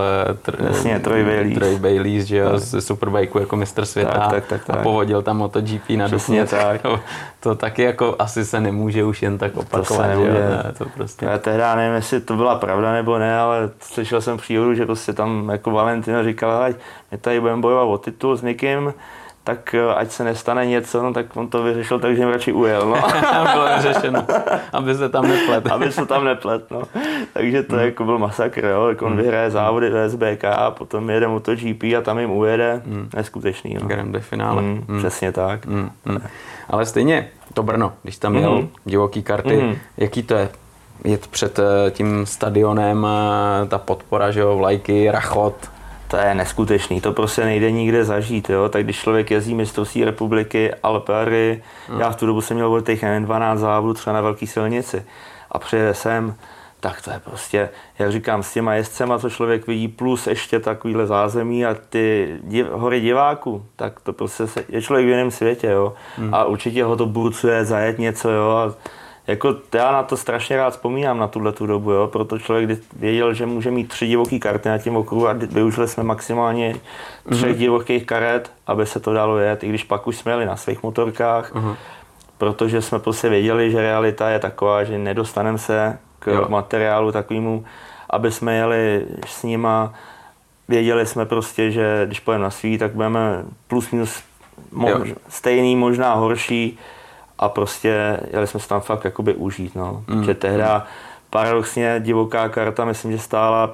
Speaker 2: Troy
Speaker 1: Bayliss, že jo, z Superbikeu jako mistr světa
Speaker 2: tak.
Speaker 1: A povodil tam MotoGP na Dusně,
Speaker 2: tak.
Speaker 1: To taky jako asi se nemůže už jen tak opakovat,
Speaker 2: to
Speaker 1: to prostě.
Speaker 2: Já tehdy nevím, jestli to byla pravda nebo ne, ale slyšel jsem příhodu, že prostě tam jako Valentino říkal, ať my tady budeme bojovat o titul s někým, tak ať se nestane něco, no tak on to vyřešil, takže jim radši ujel, no.
Speaker 1: Bylo vyřešeno, aby se tam neplet.
Speaker 2: Aby se tam neplet, no. Takže to jako byl masakr, jo. Jako on vyhraje závody do SBK a potom jede MotoGP a tam jim ujede. Neskutečný, no.
Speaker 1: Grande finále.
Speaker 2: Přesně tak.
Speaker 1: Ale stejně to Brno, když tam jel divoký karty, jaký to je? Jet před tím stadionem, ta podpora, že jo, vlajky, rachot.
Speaker 2: To je neskutečný, to prostě nejde nikde zažít, jo. Tak když člověk jezdí mistrovství republiky, Alpery, já v tu dobu jsem měl odtých 12 závodů třeba na velký silnici a přijede sem, tak to je prostě, jak říkám, s těma jezdcema, co člověk vidí, plus ještě takovýhle zázemí a ty hory diváků, tak to prostě je člověk v jiném světě, jo. A určitě ho to burcuje zajet něco, jo. A jako já na to strašně rád vzpomínám na tu dobu, jo, proto člověk věděl, že může mít 3 divoký karty na tím okruhu a využili jsme maximálně 3 divokých karet, aby se to dalo jet, i když pak už jsme jeli na svých motorkách, protože jsme prostě věděli, že realita je taková, že nedostaneme se k materiálu takovému, aby jsme jeli s nima, věděli jsme prostě, že když pojeme na svý, tak budeme plus minus stejný, možná horší, a prostě jeli jsme se tam fakt jakoby užít, no. Protože tehdy paradoxně divoká karta, myslím, že stála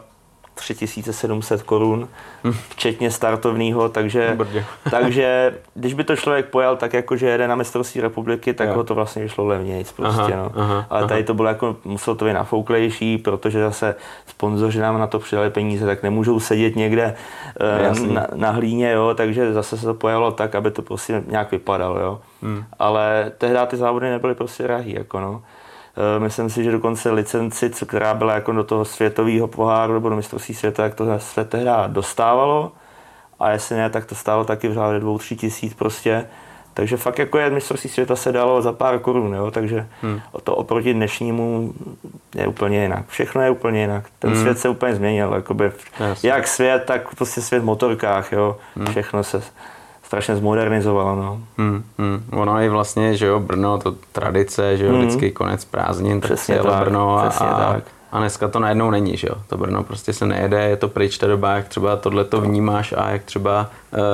Speaker 2: 3700 korun, včetně startovního, takže když by to člověk pojal tak jako, že jede na mistrovství republiky, tak ho to vlastně vyšlo levnějc prostě, Ale tady to bylo jako, muselo to být nafouklejší, protože zase sponzoři nám na to přidali peníze, tak nemůžou sedět někde na hlíně, jo, takže zase se to pojalo tak, aby to prostě nějak vypadalo, jo. Ale tehdy ty závody nebyly prostě drahý, jako no. Myslím si, že dokonce licenci, která byla jako do toho světového poháru nebo do mistrovství světa, jak to se tehdy dostávalo. A jestli ne, tak to stálo taky v řádě 2-3 tisíc prostě. Takže fakt jako je mistrovství světa se dalo za pár korun, jo? Takže to oproti dnešnímu je úplně jinak. Všechno je úplně jinak. Ten svět se úplně změnil, jakoby, jak svět, tak prostě svět v motorkách, jo? Všechno se strašně zmodernizovalo, no.
Speaker 1: Ono je vlastně, že jo, Brno, to tradice, že jo, vždycky konec prázdnin, tak se jelo Brno a dneska to najednou není, že jo. To Brno prostě se nejede, je to pryč ta doba, jak třeba tohleto vnímáš a jak třeba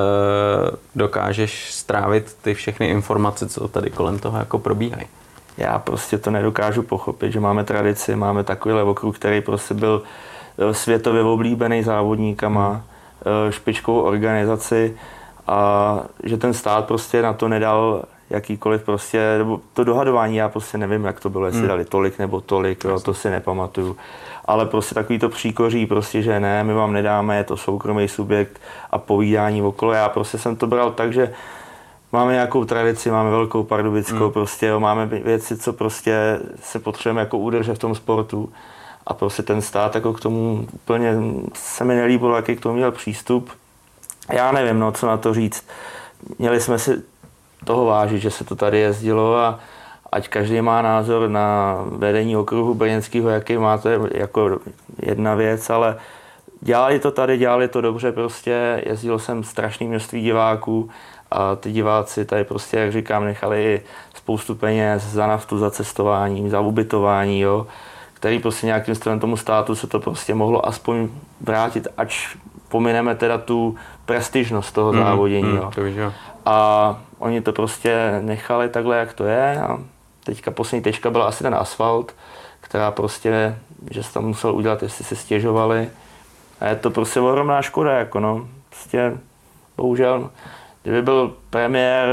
Speaker 1: dokážeš strávit ty všechny informace, co tady kolem toho jako probíhají.
Speaker 2: Já prostě to nedokážu pochopit, že máme tradici, máme takovýhle okruh, který prostě byl světově oblíbený závodníkama, špičkovou organizaci, a že ten stát prostě na to nedal jakýkoliv prostě, nebo to dohadování, já prostě nevím, jak to bylo, jestli dali tolik nebo tolik, jo, to si nepamatuju. Ale prostě takový to příkoří, prostě, že ne, my vám nedáme, je to soukromý subjekt a povídání okolo. Já prostě jsem to bral tak, že máme nějakou tradici, máme Velkou Pardubickou, prostě, jo, máme věci, co prostě se potřebujeme jako udržet v tom sportu. A prostě ten stát jako k tomu úplně se mi nelíbilo, jaký k tomu měl přístup. Já nevím, no, co na to říct. Měli jsme si toho vážit, že se to tady jezdilo a ať každý má názor na vedení okruhu brněnského, jaký má, to je jako jedna věc, ale dělali to tady, dělali to dobře prostě, jezdilo jsem strašné množství diváků a ty diváci tady prostě, jak říkám, nechali spoustu peněz za naftu, za cestování, za ubytování, jo, který prostě nějakým stylem tomu státu se to prostě mohlo aspoň vrátit, ač pomineme teda tu prestižnost toho závodění. Jo. A oni to prostě nechali takhle, jak to je. A teďka poslední tečka byla asi ten asfalt, která prostě, že se tam musel udělat, jestli se stěžovali. A je to prostě ohromná škoda, jako no. Prostě, bohužel, kdyby byl premiér,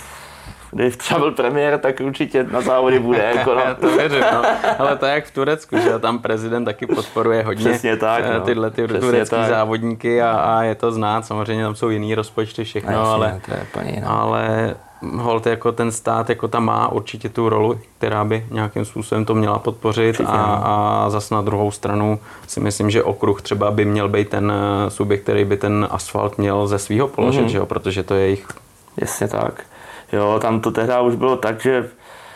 Speaker 2: kdyby třeba byl premiér, tak určitě na závody bude. Jako no.
Speaker 1: Já to věřím, no. Ale to je jak v Turecku, že tam prezident taky podporuje hodně
Speaker 2: tak, no.
Speaker 1: tyhle turecký závodníky a je to znát. Samozřejmě tam jsou jiný rozpočty, všechno,
Speaker 2: jasně,
Speaker 1: ale holt jako ten stát, jako tam má určitě tu roli, která by nějakým způsobem to měla podpořit a zas na druhou stranu si myslím, že okruh třeba by měl být ten subjekt, který by ten asfalt měl ze svýho položit, že jo, protože to je jejich.
Speaker 2: Jasně tak. Jo, tam to tehdy už bylo tak, že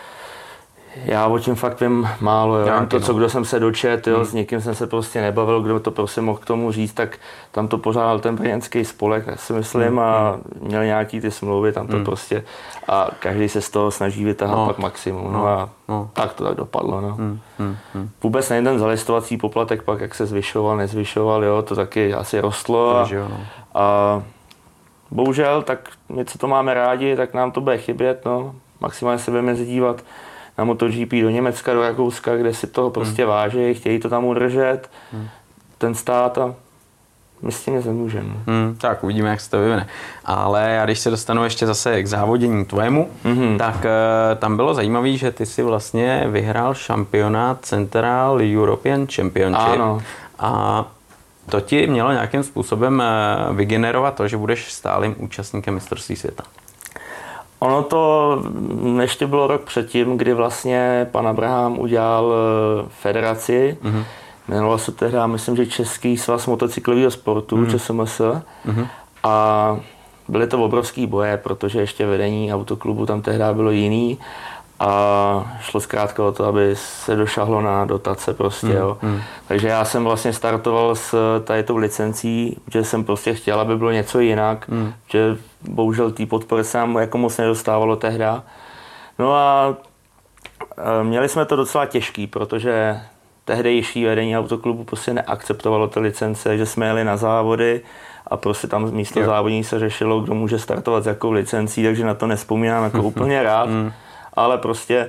Speaker 2: já o tím fakt vím málo, jo. To, co kdo jsem se dočet, jo, s někým jsem se prostě nebavil, kdo to prostě mohl k tomu říct, tak tam to pořádal ten brněnský spolek, já si myslím, a měl nějaký ty smlouvy, tam to prostě, a každý se z toho snaží vytáhat pak maximum, a tak to tak dopadlo, no. Vůbec nejde ten zalistovací poplatek pak, jak se zvyšoval, nezvyšoval, jo, to taky asi rostlo a bohužel, tak my, co to máme rádi, tak nám to bude chybět, no. Maximálně se budeme dívat na MotoGP do Německa, do Rakouska, kde si toho prostě váží, chtějí to tam udržet, ten stát, a my s tím nezamůžeme.
Speaker 1: Tak uvidíme, jak se to vyvine. Ale já když se dostanu ještě zase k závodění tvému, tak tam bylo zajímavé, že ty si vlastně vyhrál šampionát Central European Championship.
Speaker 2: Ano.
Speaker 1: A to ti mělo nějakým způsobem vygenerovat to, že budeš stálým účastníkem mistrovství světa.
Speaker 2: Ono to ještě bylo rok předtím, kdy vlastně pan Abraham udělal federaci. Jmenovalo se tehdy, myslím, že Český svaz motocyklového sportu, ČSMS. A byly to obrovský boje, protože ještě vedení autoklubu tam tehdy bylo jiný. A šlo zkrátka o to, aby se došahlo na dotace prostě, jo. Takže já jsem vlastně startoval s tady tou licencí, že jsem prostě chtěl, aby bylo něco jinak, že bohužel té podpory se nám jako moc nedostávalo tehda. No a měli jsme to docela těžký, protože tehdejší vedení autoklubu prostě neakceptovalo ty licence, že jsme jeli na závody a prostě tam místo závodní se řešilo, kdo může startovat s jakou licencí, takže na to nevzpomínám jako úplně rád. Ale prostě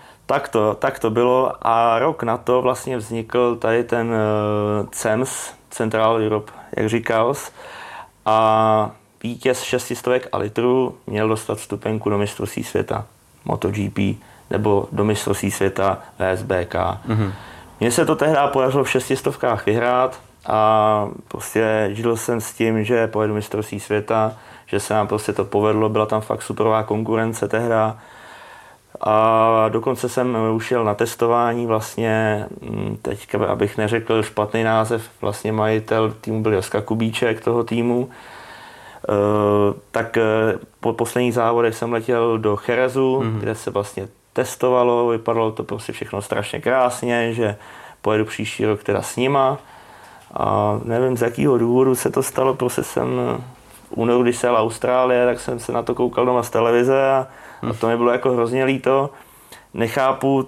Speaker 2: tak to bylo a rok na to vlastně vznikl tady ten CEMS, Central Europe, jak říkal. A vítěz 600 a litrů měl dostat vstupenku do mistrovství světa MotoGP nebo do mistrovství světa VSBK. Mně se to tehdy podařilo v 600 vyhrát a prostě žil jsem s tím, že pojedu mistrovství světa, že se nám prostě to povedlo, byla tam fakt superová konkurence tehda. A dokonce jsem už jel na testování vlastně, teď abych neřekl špatný název, vlastně majitel týmu byl Joska Kubíček toho týmu. Tak po posledních závodech jsem letěl do Cherezu, kde se vlastně testovalo, vypadalo to prostě všechno strašně krásně, že pojedu příští rok teda s nima. A nevím, z jakého důvodu se to stalo, prostě jsem v únoru, když se jel Austrálie, tak jsem se na to koukal doma z televize a to mi bylo jako hrozně líto. Nechápu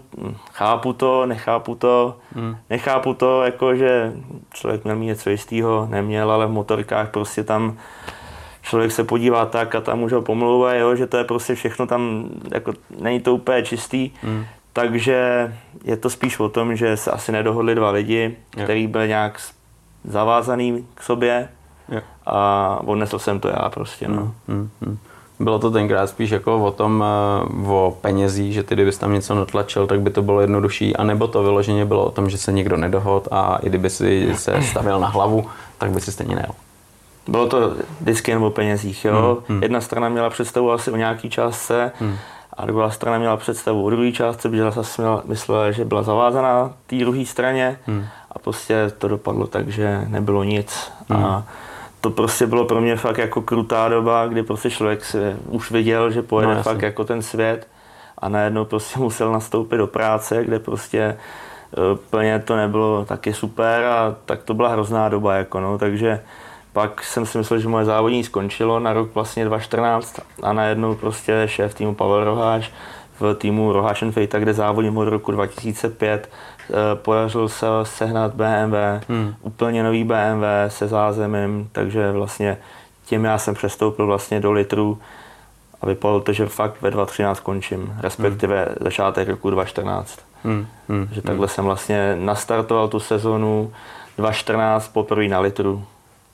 Speaker 2: to, jako že člověk měl mít něco jistého, neměl, ale v motorkách prostě tam člověk se podívá tak a tam už ho pomlouvá, jo, že to je prostě všechno tam, jako není to úplně čistý. Takže je to spíš o tom, že se asi nedohodli dva lidi, který byl nějak zavázaný k sobě a odnesl jsem to já prostě. No.
Speaker 1: Bylo to tenkrát spíš jako o tom, o penězích, že ty kdybys tam něco natlačil, tak by to bylo jednodušší, anebo to vyloženě bylo o tom, že se nikdo nedohod a i kdyby si se stavil na hlavu, tak by si stejně nejel.
Speaker 2: Bylo to vždycky jen o penězích, jo. Jedna strana měla představu asi o nějaký částce a druhá strana měla představu o druhé částce, protože zase myslela, že byla zavázaná té druhé straně a prostě to dopadlo tak, že nebylo nic. A to prostě bylo pro mě fakt jako krutá doba, kdy prostě člověk si už viděl, že pojede fakt jako ten svět a najednou prostě musel nastoupit do práce, kde prostě plně to nebylo taky super a tak to byla hrozná doba, jako no, takže pak jsem si myslel, že moje závodní skončilo na rok vlastně 2014 a najednou prostě šéf týmu Pavel Roháč v týmu Roháč & Fejta, kde závodím od roku 2005, podařil se sehnat BMW, úplně nový BMW se zázemím, takže vlastně tím já jsem přestoupil vlastně do litru a vypadalo to, že fakt ve 2013 končím, respektive začátek roku 2014. Že takhle jsem vlastně nastartoval tu sezonu 2014 poprvé na litru.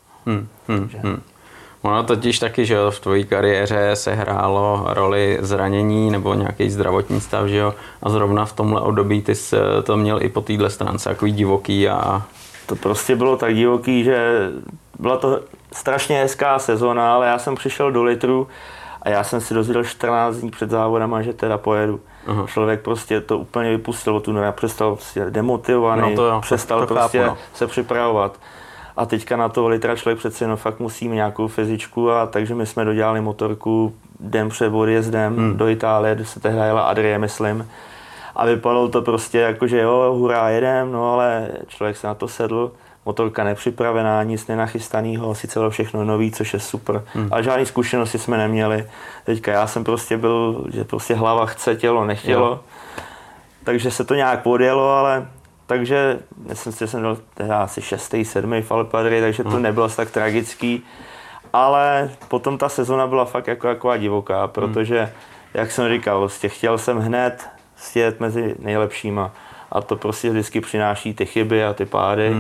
Speaker 1: Ono totiž taky, že jo, v tvojí kariéře se hrálo roli zranění nebo nějaký zdravotní stav, že jo, a zrovna v tomhle období ty jsi to měl i po téhle stránce, takový divoký a...
Speaker 2: To prostě bylo tak divoký, že byla to strašně hezká sezona, ale já jsem přišel do litru a já jsem si dozvěděl 14 dní před závodama, že teda pojedu. Člověk prostě to úplně vypustil od tu nohy, přestal prostě demotivovaný, přestal to prostě chápu, se připravovat. A teďka na to litra člověk přece jenom fakt musí mít nějakou fyzičku a takže my jsme dodělali motorku den před odjezdem do Itálie, kde se tehdy jela Adrie, myslím. A vypadalo to prostě jako, že jo, hurá, jedem, no ale člověk se na to sedl, motorka nepřipravená, nic nenachystanýho, sice bylo všechno nový, což je super, ale žádný zkušenosti jsme neměli. Teďka já jsem prostě byl, že prostě hlava chce, tělo nechtělo, jo. Takže se to nějak podjelo, ale takže myslím si, že jsem byl teda asi 6., 7. v Alpadry, takže to nebylo asi tak tragický. Ale potom ta sezona byla fakt jako taková divoká, protože, jak jsem říkal, vlastně chtěl jsem hned sjet mezi nejlepšíma. A to prostě vždycky přináší ty chyby a ty pády.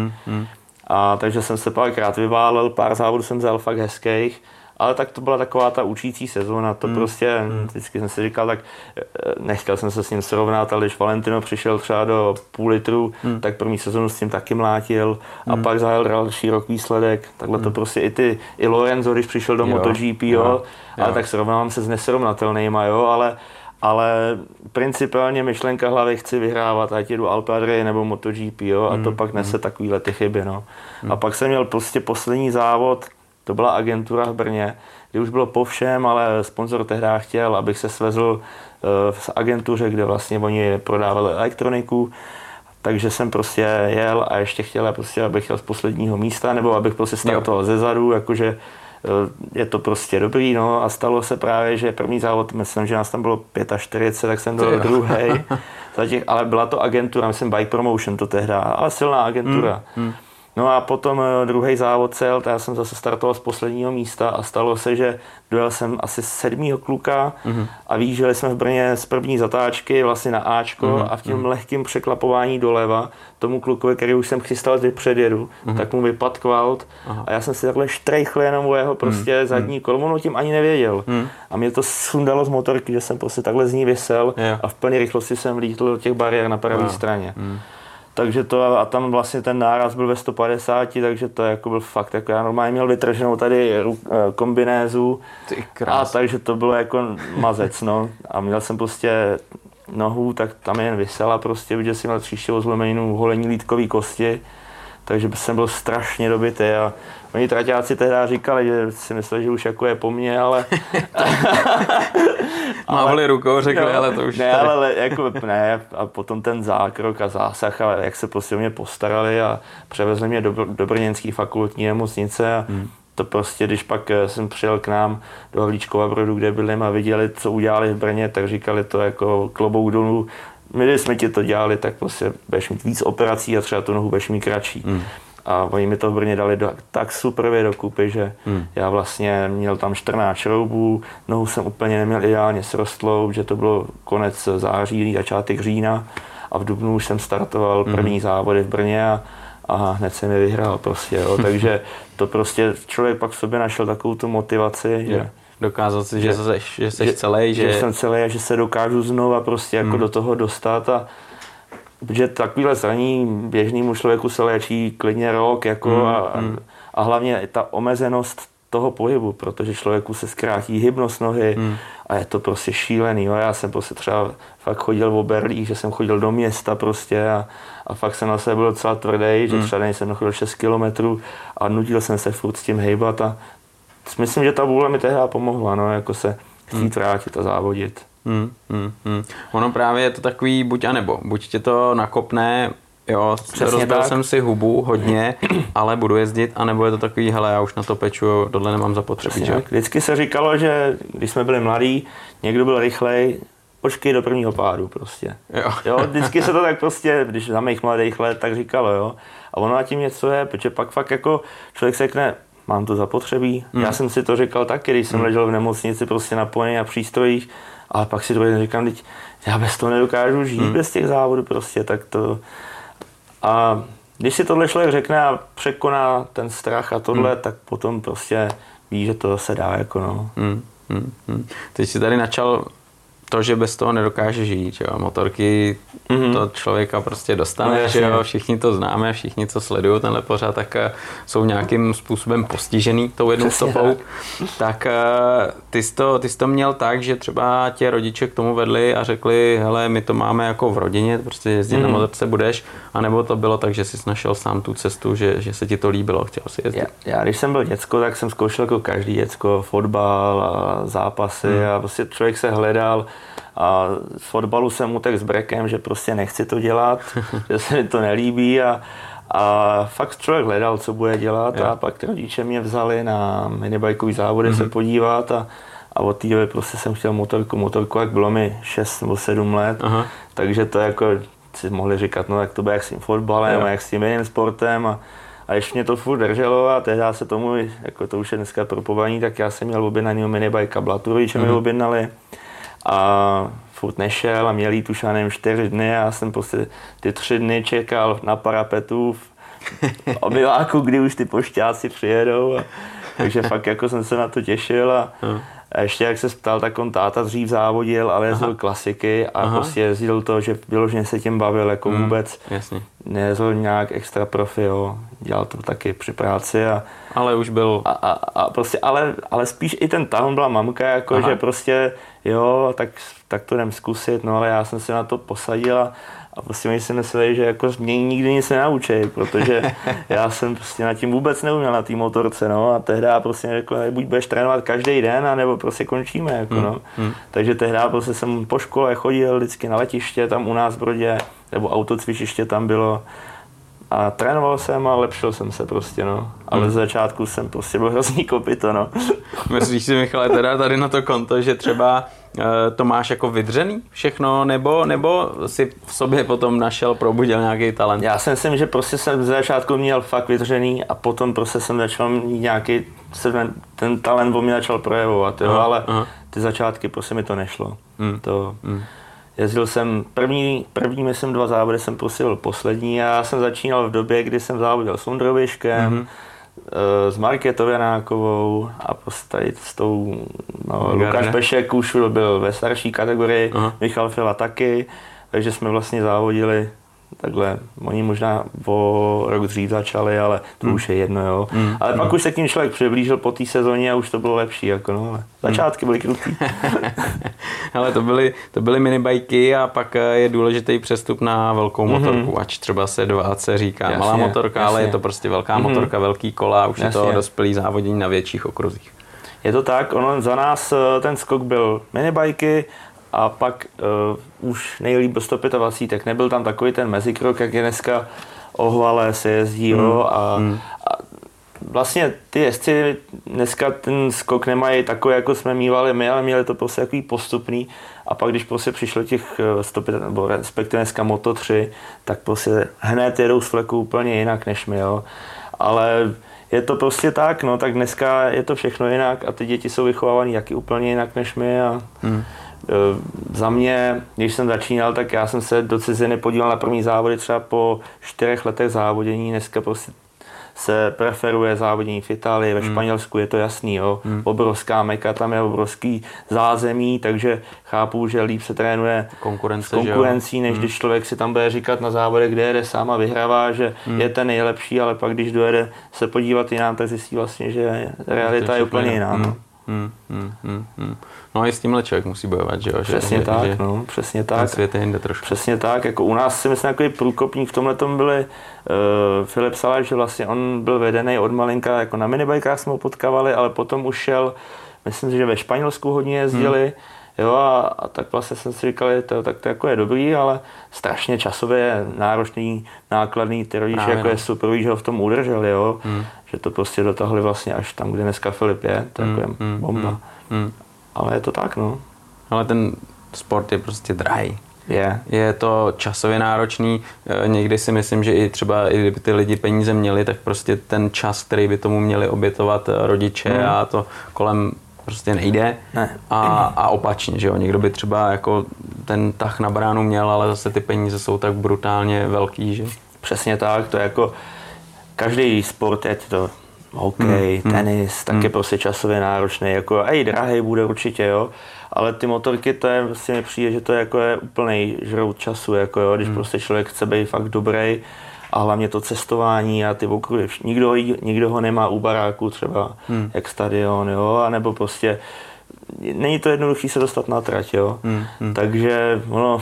Speaker 2: A takže jsem se párkrát vyválel, pár závodů jsem vzal fakt hezkých. Ale tak to byla taková ta učící sezóna, to prostě, vždycky jsem si říkal, tak nechtěl jsem se s ním srovnat, ale když Valentino přišel třeba do půl litru, tak první sezónu s tím taky mlátil a pak zajel další rok výsledek, takhle to prostě i Lorenzo, když přišel do MotoGP, ale tak srovnávám se s nesrovnatelnýma, ale principiálně myšlenka hlavy chci vyhrávat, ať jedu Alpadry nebo MotoGP, a to pak nese takovýhle ty chyby, no. A pak jsem měl prostě poslední závod, to byla agentura v Brně, kdy už bylo po všem, ale sponzor tehdy chtěl, abych se svezl v agentuře, kde vlastně oni prodávali elektroniku, takže jsem prostě jel a ještě chtěl, prostě, abych jel z posledního místa, nebo abych prostě startoval ze zadu, jakože je to prostě dobrý, no a stalo se právě, že první závod, myslím, že nás tam bylo 45, tak jsem byl druhý, ale byla to agentura, myslím Bike Promotion to tehdy, ale silná agentura. No a potom druhý závod cel, já jsem zase startoval z posledního místa a stalo se, že dojel jsem asi 7. kluka a vyjížděli jsme v Brně z první zatáčky vlastně na Ačko a v tím lehkým překlapování doleva tomu klukovi, který už jsem chystal, že předjedu, tak mu vypadl kvalt a já jsem si takhle štrejchl jenom o jeho prostě zadní kolo, on o tím ani nevěděl. A mě to sundalo z motorky, že jsem prostě takhle z ní visel a v plné rychlosti jsem vlítl do těch bariér na pravé straně. Takže to a tam vlastně ten náraz byl ve 150, takže to jako byl fakt, jako já normálně měl vytrženou tady kombinézu a takže to bylo jako mazec, no. A měl jsem prostě nohu, tak tam jen visela prostě, protože jsem měl příštěvou zlomeninu holení lítkový kosti, takže jsem byl strašně dobitý a oni traťáci tehdy říkali, že si mysleli, že už jako je po mně, ale...
Speaker 1: Mávli rukou, řekli, ale to už...
Speaker 2: Ne, ale jako ne, a potom ten zákrok a zásah, ale jak se prostě o mě postarali a převezli mě do brněnské fakultní nemocnice a to prostě, když pak jsem přijel k nám do Havlíčkova Brodu, kde byli a viděli, co udělali v Brně, tak říkali to jako klobouk dolů. My, když jsme ti to dělali, tak prostě budeš mít víc operací a třeba tu nohu budeš mít kratší. A oni mi to v Brně dali tak super dokupy, že já vlastně měl tam 14 šroubů, nohu jsem úplně neměl ideálně srostlou, že to bylo konec září, začátek října a v dubnu už jsem startoval první závody v Brně a hned jsem je vyhrál prostě, jo. Takže to prostě člověk pak v sobě našel takovou tu motivaci, že
Speaker 1: dokázal si, že jsi celý,
Speaker 2: že jsem celý a že se dokážu znova prostě jako do toho dostat a protože takovýhle zranění běžnému člověku se léčí klidně rok jako a hlavně ta omezenost toho pohybu, protože člověku se zkrátí hybnost nohy a je to prostě šílený. Jo. Já jsem prostě třeba fakt chodil v oberlích, že jsem chodil do města prostě a fakt jsem na sebe byl docela tvrdý, že třeba den jsem chodil 6 kilometrů a nutil jsem se furt s tím hejbat a myslím, že ta vůle mi tehdy pomohla, no, jako se chtít vrátit a závodit.
Speaker 1: Ono právě je to takový buď a nebo. Buď tě to nakopne, jo, rozbil jsem si hubu hodně, ale budu jezdit, anebo je to takový, hele, já už na to peču, tohle nemám zapotřebí.
Speaker 2: Vždycky se říkalo, že když jsme byli mladí, někdo byl rychlej, počkej do prvního pádu prostě. Jo, vždycky se to tak prostě, když za mých mladých let, tak říkalo, jo. A ono na tím něco je, protože pak fakt jako člověk se řekne, mám to zapotřebí. Já jsem si to říkal taky, když jsem ležel v nemocnici prostě napojený na přístrojích, ale pak si druhý den říkám, teď já bez toho nedokážu žít, bez těch závodů prostě, tak to... A když si tohle člověk řekne a překoná ten strach a tohle, tak potom prostě ví, že to se dá jako no.
Speaker 1: Teď si tady načal to, že bez toho nedokáže žít, jo. Motorky to člověka prostě dostane, no, že jo, všichni to známe, všichni, co sledují tenhle pořad, tak jsou nějakým způsobem postižený tou jednou stopou. Tak ty jsi to měl tak, že třeba tě rodiče k tomu vedli a řekli, hele, my to máme jako v rodině, prostě jezdit na motorce budeš, anebo to bylo tak, že jsi našel sám tu cestu, že se ti to líbilo, chtěl si jezdit?
Speaker 2: Já když jsem byl děcko, tak jsem zkoušel jako každý děcko, fotbal a zápasy a prostě člověk se hledal. A z fotbalu jsem utekl s brekem, že prostě nechci to dělat, že se mi to nelíbí a fakt člověk hledal, co bude dělat a pak rodiče mě vzali na minibajkový závody se podívat a od té doby prostě jsem chtěl motorku, jak bylo mi 6 nebo 7 let, takže to jako si mohli říkat, no tak to bude jak s tím fotbalem a jak s tím jiným sportem a ještě mě to furt drželo a tehdy se tomu, jako to už je dneska propovaný, tak já jsem měl objednaný minibajka Blatu, rodiče mi objednali. A furt nešel a měl jít už, já nevím, 4 dny a já jsem prostě ty 3 dny čekal na parapetu v obyváku, kdy už ty pošťáci přijedou. Takže fakt jako jsem se na to těšil a ještě jak se ptal, tak on táta dřív závodil, ale jezdil klasiky a prostě jezdil to, že vyloženě se tím bavil, jako vůbec nejezdil nějak extra profi, jo. Dělal to taky při práci
Speaker 1: ale už byl...
Speaker 2: A prostě, ale spíš i ten tahon byla mamka, jako že prostě, jo, tak to jdem zkusit, no ale já jsem se na to posadil a prostě oni si mysleli, že jako mě nikdy nic nenaučí, protože já jsem prostě na tím vůbec neuměl na té motorce, no a tehdy prostě řekl, buď budeš trénovat každý den, anebo prostě končíme, jako no. Takže tehdy prostě jsem po škole chodil vždycky na letiště, tam u nás v Brodě, nebo autocvičiště tam bylo a trénoval jsem a lepšil jsem se prostě, no. Ale z začátku jsem prostě byl hrozný kopyto, no.
Speaker 1: Myslíš si, Michale, teda tady na to konto, že třeba to máš jako vydřený všechno, nebo si v sobě potom našel, probudil nějaký talent?
Speaker 2: Já si myslím, že prostě jsem z začátku měl fakt vydřený a potom prostě jsem začal mít nějaký, ten talent o mě začal projevovat, jo, ale ty začátky prostě mi to nešlo. Jezdil jsem, první myslím 2 závody jsem prostě byl poslední a já jsem začínal v době, kdy jsem závodil s Ondroviškem, s Markétou Janákovou a prostě tady s tou, Lukáš Pešek už byl ve starší kategorii, Michal Fila taky, takže jsme vlastně závodili takhle, oni možná o rok dřív začali, ale to už je jedno, jo. Ale pak už se k tím člověk přiblížil po té sezóně a už to bylo lepší, jako no, ale začátky byly krutý.
Speaker 1: Ale to byly minibajky a pak je důležitý přestup na velkou motorku, ač třeba se 2C říká malá motorka, ale je to prostě velká motorka, velký kola, už je to dospělý závodění na větších okruzích.
Speaker 2: Je to tak, ono za nás ten skok byl minibajky, a pak už nejlíp do 125, tak nebyl tam takový ten mezikrok, jak je dneska ohvale se jezdí, a vlastně ty jezdci dneska ten skok nemají takový, jako jsme mívali my, ale měli to prostě takový postupný a pak když prostě přišlo těch 105, nebo respektive dneska Moto3, tak prostě hned jedou z fleku úplně jinak než my, jo. Ale je to prostě tak, no, tak dneska je to všechno jinak a ty děti jsou vychovávaný taky úplně jinak než my a za mě, když jsem začínal, tak já jsem se do ciziny podíval na první závody třeba po 4 letech závodění. Dneska prostě se preferuje závodění v Itálii, ve Španělsku, je to jasný, jo. Obrovská meka, tam je obrovský zázemí, takže chápu, že líp se trénuje s konkurencí, než když člověk si tam bude říkat na závodech, kde jede sám a vyhrává, že je ten nejlepší, ale pak když dojede se podívat jinam, tak zjistí vlastně, že realita je úplně jiná. No.
Speaker 1: No i s tímhle člověk musí bojovat, že jo?
Speaker 2: Přesně tak, no, přesně tak.
Speaker 1: Svět je jinde trošku.
Speaker 2: Přesně tak, jako u nás si myslím, takový průkopník v tomhletom byli Filip Salaš, že vlastně on byl vedený od malinka, jako na minibajkách jsme ho potkávali, ale potom už šel, myslím si, že ve Španělsku hodně jezdili, jo, a tak vlastně jsem si říkal, tak to jako je dobrý, ale strašně časově náročný, nákladný, ty rodiče jako je super, že ho v tom udrželi, jo, že to prostě dotahli vlastně až tam, kde dneska Filip je, to jako je bomba. Ale je to tak, no.
Speaker 1: Ale ten sport je prostě drahý.
Speaker 2: Je.
Speaker 1: Je to časově náročný. Někdy si myslím, že i třeba i kdyby ty lidi peníze měli, tak prostě ten čas, který by tomu měli obětovat rodiče a to kolem prostě nejde.
Speaker 2: Ne.
Speaker 1: A opačně, že jo. Někdo by třeba jako ten tah na bránu měl, ale zase ty peníze jsou tak brutálně velký, že?
Speaker 2: Přesně tak, to je jako každý sport, je to hokej, tenis, tak je prostě časově náročný, jako drahej bude určitě, jo, ale ty motorky, to je, vlastně mi přijde, že to je, jako je úplnej žrout času, jako jo, když prostě člověk chce být fakt dobrý a hlavně to cestování a ty okruhy, nikdo ho nemá u baráku třeba, jak stadion, jo, anebo prostě není to jednoduchý se dostat na trať, jo, takže ono,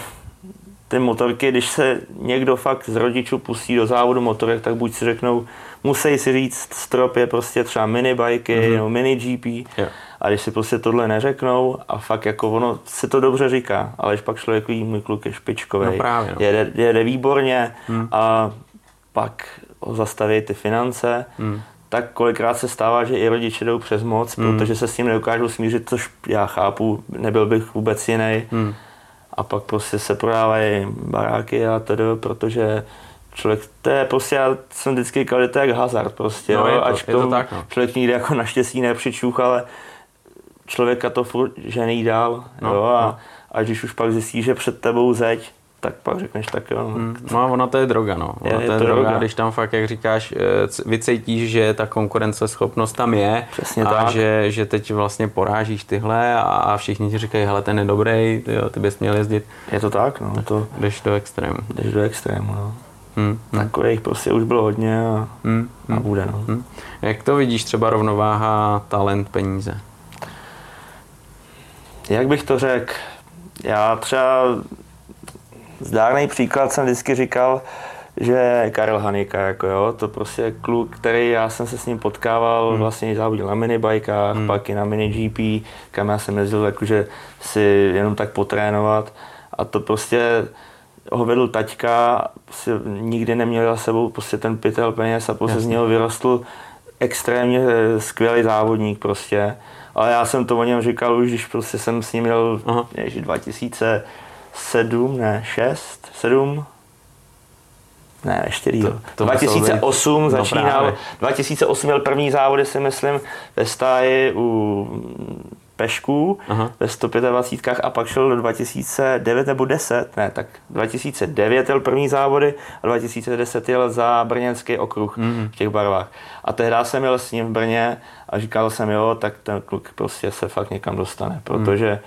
Speaker 2: ty motorky, když se někdo fakt z rodičů pustí do závodu motorek, tak buď si řeknou, musí si říct, strop je prostě třeba minibajky nebo mini GP. A když si prostě tohle neřeknou a fakt jako ono se to dobře říká, ale když pak člověk ví, můj kluk je špičkovej, jede výborně a pak ho zastaví ty finance, tak kolikrát se stává, že i rodiče jdou přes moc, protože se s tím nedokážou smířit, což já chápu, nebyl bych vůbec jiný. A pak prostě se prodávají baráky a tedy, protože člověk, to je prostě, já jsem vždycky říkal, že to je jak hazard prostě,
Speaker 1: no,
Speaker 2: jo,
Speaker 1: je to tak, no.
Speaker 2: Člověk nikdy jako naštěstí nepřičuch, ale člověka to furt žení dál, jo, a když už pak zjistí, že před tebou zeď, tak pak řekneš tak jo.
Speaker 1: No a ona to je droga, no. Ona to je droga, když tam fakt, jak říkáš, vycítíš, že ta konkurenceschopnost tam je.
Speaker 2: Přesně
Speaker 1: a
Speaker 2: tak.
Speaker 1: Že teď vlastně porážíš tyhle a všichni ti říkají, hele, ten je dobrý, ty bys měl jezdit.
Speaker 2: Je to tak, no. To
Speaker 1: jdeš do extrému.
Speaker 2: No. Takových prostě už bylo hodně a bude, no.
Speaker 1: Jak to vidíš, třeba rovnováha, talent, peníze?
Speaker 2: Jak bych to řekl? Já třeba zdárný příklad jsem vždycky říkal, že Karel Hanika, jako jo, to prostě kluk, který já jsem se s ním potkával, vlastně závodil na minibajkách, pak i na mini GP, kam já jsem jezdil jakože si jenom tak potrénovat a to prostě ho vedl taťka, prostě nikdy neměl za sebou prostě ten pytel peněz a prostě z něho vyrostl extrémně skvělý závodník prostě. Ale já jsem to o něm říkal už, když prostě jsem s ním měl 2007, ne, 6, 7, ne, ještě díl. 2008 začínal, 2008 měl první závody, si myslím, ve stáji u Pešků ve 125 a pak šel do 2009 nebo 10, ne, tak 2009 jel první závody a 2010 jel za brněnský okruh v těch barvách. A tehdy jsem jel s ním v Brně a říkal jsem, jo, tak ten kluk prostě se fakt někam dostane, protože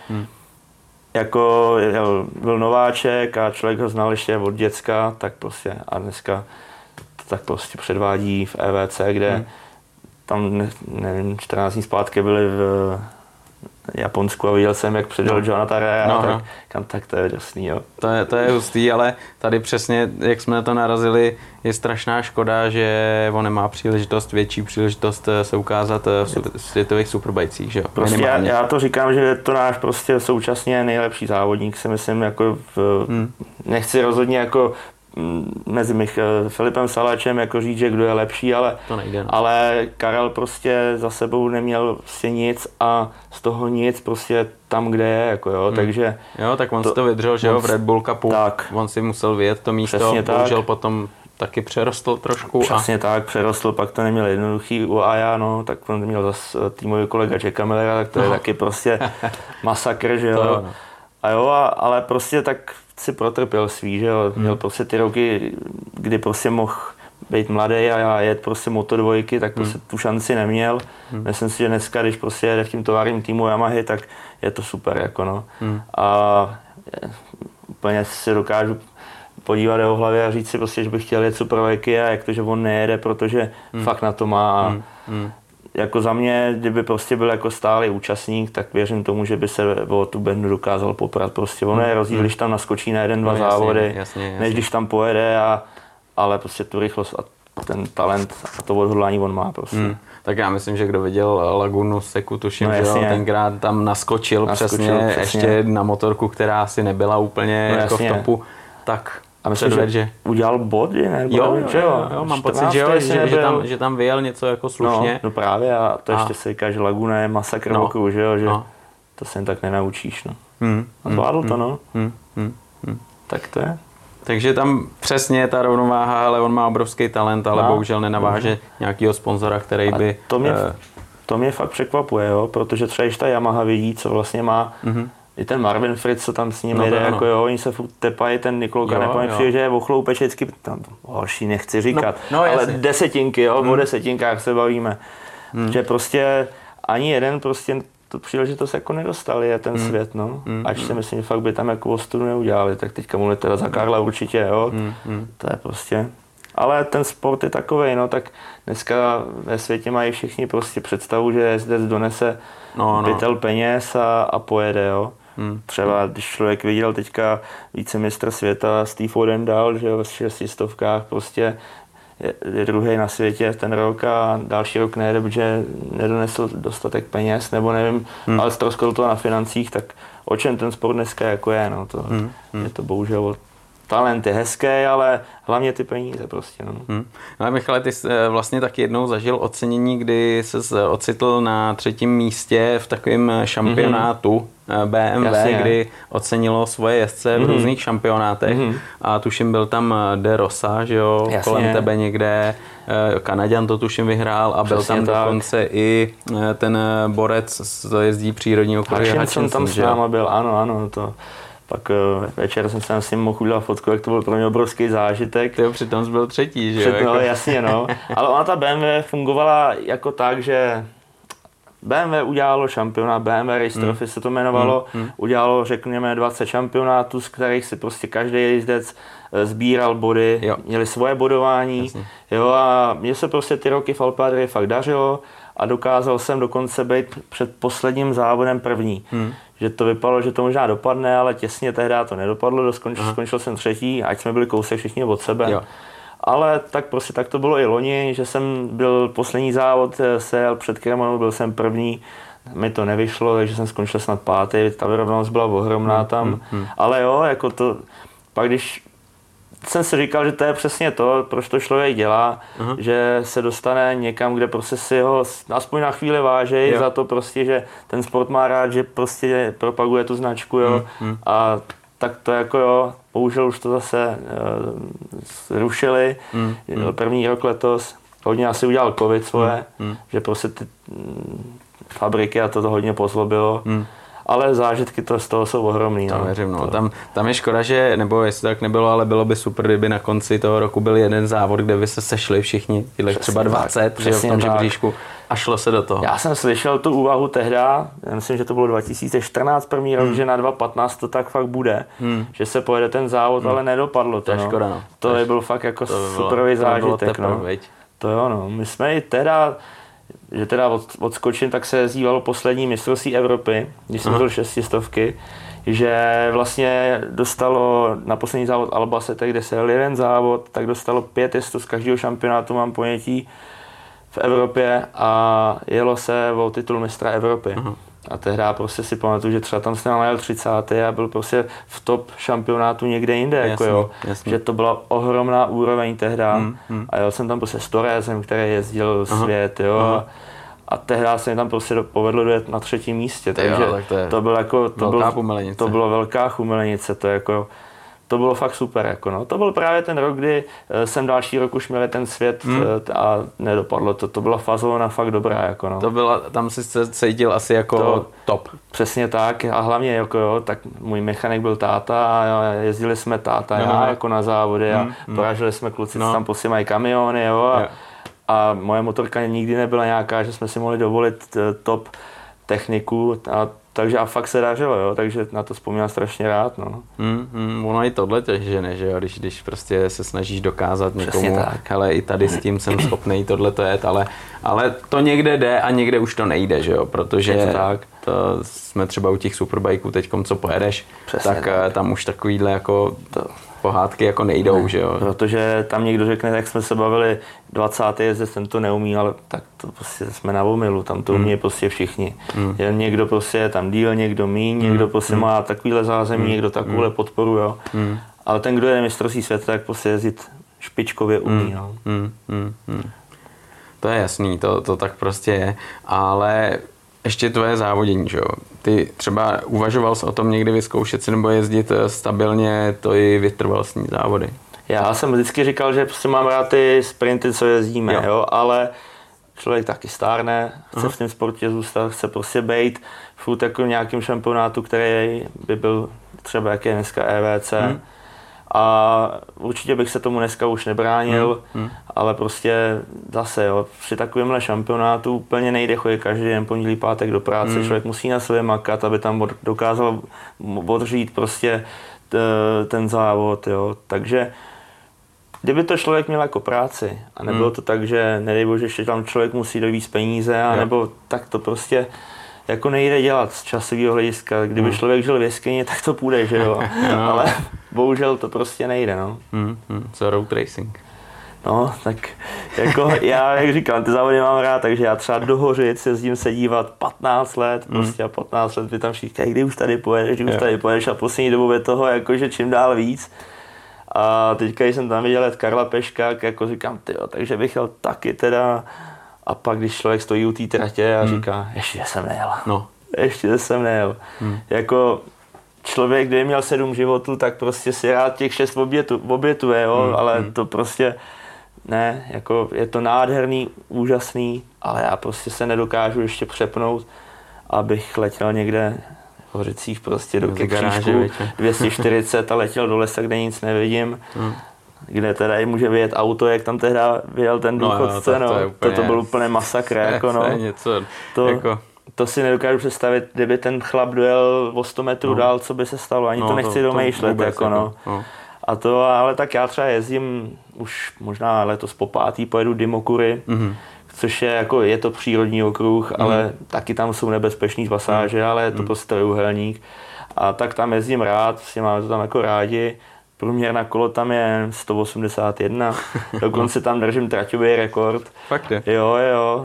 Speaker 2: jako byl nováček a člověk ho znal ještě od děcka, tak prostě a dneska tak prostě předvádí v EVC, kde tam, nevím, 14 dní zpátky byli v Japonsku a viděl jsem, jak předjel Jonathan Rea, tak to je drsný, jo.
Speaker 1: To je hustý, ale tady přesně, jak jsme na to narazili, je strašná škoda, že on nemá větší příležitost se ukázat v světových superbajcích, že jo.
Speaker 2: Prostě já to říkám, že je to náš prostě současně nejlepší závodník, si myslím, jako nechci rozhodně jako mezi Filipem Saláčem jako říct, že kdo je lepší, ale,
Speaker 1: to nejde, no.
Speaker 2: Ale Karel prostě za sebou neměl prostě nic a z toho nic prostě tam, kde je, jako jo, takže...
Speaker 1: Jo, tak on si to vydržel, že jo, v Red Bull Cupu,
Speaker 2: tak,
Speaker 1: on si musel vyjet to místo, bohužel potom taky přerostl trošku.
Speaker 2: Přesně tak, přerostl, pak to neměl jednoduchý u AJA, no, tak on měl zase týmový kolega Jacka Millera, tak to je taky prostě masakr, že jo.
Speaker 1: To, no.
Speaker 2: A jo, ale prostě tak si protrpěl svý, že jo, měl prostě ty roky, kdy prostě mohl být mladý a jet prostě Moto2, tak prostě tu šanci neměl. Myslím si, že dneska, když prostě jede v tím továrním týmu Yamahy, tak je to super, jako no. A úplně si dokážu podívat do hlavy a říct si prostě, že bych chtěl jet Superbajky a jak to, že on nejede, protože fakt na to má. Jako za mě, kdyby prostě byl jako stálý účastník, tak věřím tomu, že by se o tu bendu dokázal poprat. Prostě ono je rozdíl, když tam naskočí na 1-2 závody,
Speaker 1: jasně.
Speaker 2: než když tam pojede, ale prostě tu rychlost a ten talent a to odhodlání on má prostě.
Speaker 1: Tak já myslím, že kdo viděl Lagunu Seku, tuším, že tenkrát tam naskočil přesně ještě na motorku, která asi nebyla úplně jako v topu, tak
Speaker 2: a myslím, že udělal body, ne?
Speaker 1: Jo, mám pocit, že tam vyjel něco jako slušně.
Speaker 2: No právě a to ještě se říká, že Laguna je masakr okruh, že jo, že to se jen tak nenaučíš, no. A zvládl to, no. Tak to je.
Speaker 1: Takže tam přesně ta rovnováha, ale on má obrovský talent, ale bohužel nenaváže nějakýho sponzora, který by...
Speaker 2: To mě fakt překvapuje, jo, protože třeba když ta Yamaha vidí, co vlastně má, i ten Marvin Fritz, co tam s ním jede, jako jo, oni se furt tepají, ten Nikolka nepamatuji, že je ochloupeč vždycky, tam horší nechci říkat, ale desetinky, jo, o desetinkách se bavíme, že prostě ani jeden prostě tu příležitost jako nedostali, je ten svět, no, až si myslím, že fakt by tam jako ostudu neudělali, tak teďka mluvím teda za Karla určitě, jo, to je prostě, ale ten sport je takovej, no, tak dneska ve světě mají všichni prostě představu, že jezdec donese pytel peněz a pojede, jo. Třeba když člověk viděl teďka vícemistr světa Steve Odendal, že jo, ve 600 prostě je druhý na světě ten rok a další rok nejde, protože nedonesl dostatek peněz, nebo nevím, ale ztroskotl to na financích, tak o čem ten sport dneska jako je, no, to je to bohužel talent je hezký, ale hlavně ty peníze prostě. No.
Speaker 1: Ale Michale, ty jsi vlastně taky jednou zažil ocenění, kdy se ocitl na 3. místě v takovém šampionátu BMW, jasně, kdy ocenilo svoje jezdce v různých šampionátech a tuším byl tam De Rosa, že jo, jasně, kolem tebe někde, Kanaďan to tuším vyhrál a byl tam dokonce i ten borec z jezdí přírodního okruhu
Speaker 2: Hutchinson tam s náma byl, ano, to... Pak večer jsem se s ním mohl udělat fotku, jak to byl pro mě obrovský zážitek.
Speaker 1: Ty přitom jsi byl třetí, že jo?
Speaker 2: No, jasně, no. Ale ona ta BMW fungovala jako tak, že BMW udělalo šampionát, BMW Race Trophy se to jmenovalo, udělalo, řekněme, 20 šampionátů, z kterých si prostě každý jezdec sbíral body, měli svoje bodování, jasně, jo, a mně se prostě ty roky v Alpe Adrii fakt dařilo a dokázal jsem dokonce být před posledním závodem první. Že to vypadalo, že to možná dopadne, ale těsně tehdy to nedopadlo, skončil jsem třetí, ať jsme byli kousek všichni od sebe. Jo. Ale tak prostě tak to bylo i loni, že jsem byl poslední závod, sejel před Kremonou, byl jsem první, mi to nevyšlo, takže jsem skončil snad 5. Ta vyrovnanost byla ohromná tam, ale jo, jako to, pak když jsem si říkal, že to je přesně to, proč to člověk dělá, že se dostane někam, kde prostě si ho aspoň na chvíli vážej za to prostě, že ten sport má rád, že prostě propaguje tu značku, jo, a tak to jako jo, bohužel už to zase rušili, první rok letos, hodně asi udělal covid svoje, že prostě ty fabriky a to hodně pozlobilo. Ale zážitky z toho jsou ohromný.
Speaker 1: To věřím, no. Tam je škoda, že, nebo jestli tak nebylo, ale bylo by super, kdyby na konci toho roku byl jeden závod, kde by se sešli všichni, třeba 20 v tom žebříčku a šlo se do toho.
Speaker 2: Já jsem slyšel tu úvahu tehda, já myslím, že to bylo 2014 první rok, že na 2015 to tak fakt bude, že se pojede ten závod, ale nedopadlo to.
Speaker 1: To je škoda, no.
Speaker 2: To by byl fakt jako superový zážitek, no. To jo, no. My jsme i teda, že teda odskočím, tak se jezdívalo poslední mistrovství Evropy, když jsem byl 600, že vlastně dostalo na poslední závod Albacete, kde se jel jeden závod, tak dostalo 5 jezdců z každého šampionátu, mám ponětí, v Evropě a jelo se o titul mistra Evropy. A tehdy prostě si pamatuju, že třeba tam jsem najel 30. a byl prostě v top šampionátu někde jinde.
Speaker 1: Jasný,
Speaker 2: jako jo.
Speaker 1: Jasný.
Speaker 2: Že to byla ohromná úroveň tehdy. A jel jsem tam prostě s Torresem, který jezdil svět. Jo. A tehdy se mi tam prostě povedlo dojet na 3. místě. Takže to bylo jako, to bylo velká chumelenice. To bylo fakt super. Jako no. To byl právě ten rok, kdy jsem další rok už měl ten svět a nedopadlo to. To byla fazona fakt dobrá. Jako no.
Speaker 1: Tam si se cítil asi jako top.
Speaker 2: Přesně tak. A hlavně jako jo, tak můj mechanik byl táta a jezdili jsme táta já jako na závody a poražili jsme kluci, tam prostě mají kamiony. Jo, a moje motorka nikdy nebyla nějaká, že jsme si mohli dovolit top techniku. Takže a fakt se dařilo, jo, takže na to vzpomínám strašně rád, no.
Speaker 1: Ono i tohle že ne, že jo, když prostě se snažíš dokázat někomu, hele, i tady s tím jsem schopnej tohle to jet, ale to někde jde a někde už to nejde, že jo, protože to jsme třeba u těch superbikeů teďkom, co pojedeš, tak tam už takovýhle jako pohádky jako nejdou, že jo.
Speaker 2: Protože tam někdo řekne, jak jsme se bavili, 20. jezdec, ten to neumí, ale tak to prostě jsme na omylu, tam to umí prostě všichni. Někdo prostě je tam díl, někdo míň, někdo prostě má takovýhle zázemí, někdo takovouhle podporu, jo. Ale ten, kdo je mistrovství světa, tak prostě jezdit špičkově umí, no.
Speaker 1: To je jasný, to tak prostě je, ale ještě tvoje závodění, že jo? Ty třeba uvažoval jsi o tom někdy vyzkoušet si nebo jezdit stabilně to i vytrvalostní závody?
Speaker 2: Já jsem vždycky říkal, že prostě mám rád ty sprinty, co jezdíme, jo? Ale člověk taky stárne, chce v tom sportě zůstat, chce prostě bejt furt jako v nějakém šampionátu, který by byl třeba jak je dneska EVC. A určitě bych se tomu dneska už nebránil, ale prostě zase jo, při takovémhle šampionátu úplně nejde chodit každý den pondělí, pátek do práce, člověk musí na sobě makat, aby tam dokázal odřít prostě ten závod, jo. Takže kdyby to člověk měl jako práci a nebylo to tak, že nedej bože, že tam člověk musí dovíc peníze, a nebo tak to prostě jako nejde dělat z časového hlediska. Kdyby člověk žil v jeskyni, tak to půjde, že jo. Ale bohužel to prostě nejde, no.
Speaker 1: Co road racing?
Speaker 2: No, tak jako já, jak říkám, ty závody mám rád, takže já třeba do Hořic jezdím se dívat 15 let, prostě a 15 let by tam všichni, kdy už tady pojedeš a poslední dobou je toho jakože čím dál víc. A teďka jsem tam viděl jet Karla Peška, jako říkám, tyjo, takže bych jel taky teda. A pak, když člověk stojí u té tratě a říká, ještě jsem nejel. Ještě jsem nejel. Jako člověk, kdy měl 7 životů, tak prostě si rád těch 6 obětuje, jo, ale to prostě ne, jako je to nádherný, úžasný, ale já prostě se nedokážu ještě přepnout, abych letěl někde v Hořicích prostě do křížku 240 a letěl do lesa, kde nic nevidím. Kde teda i může vyjet auto, jak tam tehda vyjel ten důchodce, to byl úplně masakr, jako no. To si nedokážu představit, kdyby ten chlap dojel o 100 metrů dál, co by se stalo, ani to nechci domýšlet, jako no. Ale tak já třeba jezdím už možná letos po 5. pojedu Dimokuri, což je jako, je to přírodní okruh, ale taky tam jsou nebezpečný pasáže, ale je to prostě trojúhelník. A tak tam jezdím rád, prostě máme to tam jako rádi. Průměrná kolo tam je 181, dokonce tam držím traťový rekord.
Speaker 1: Fakt je?
Speaker 2: Jo,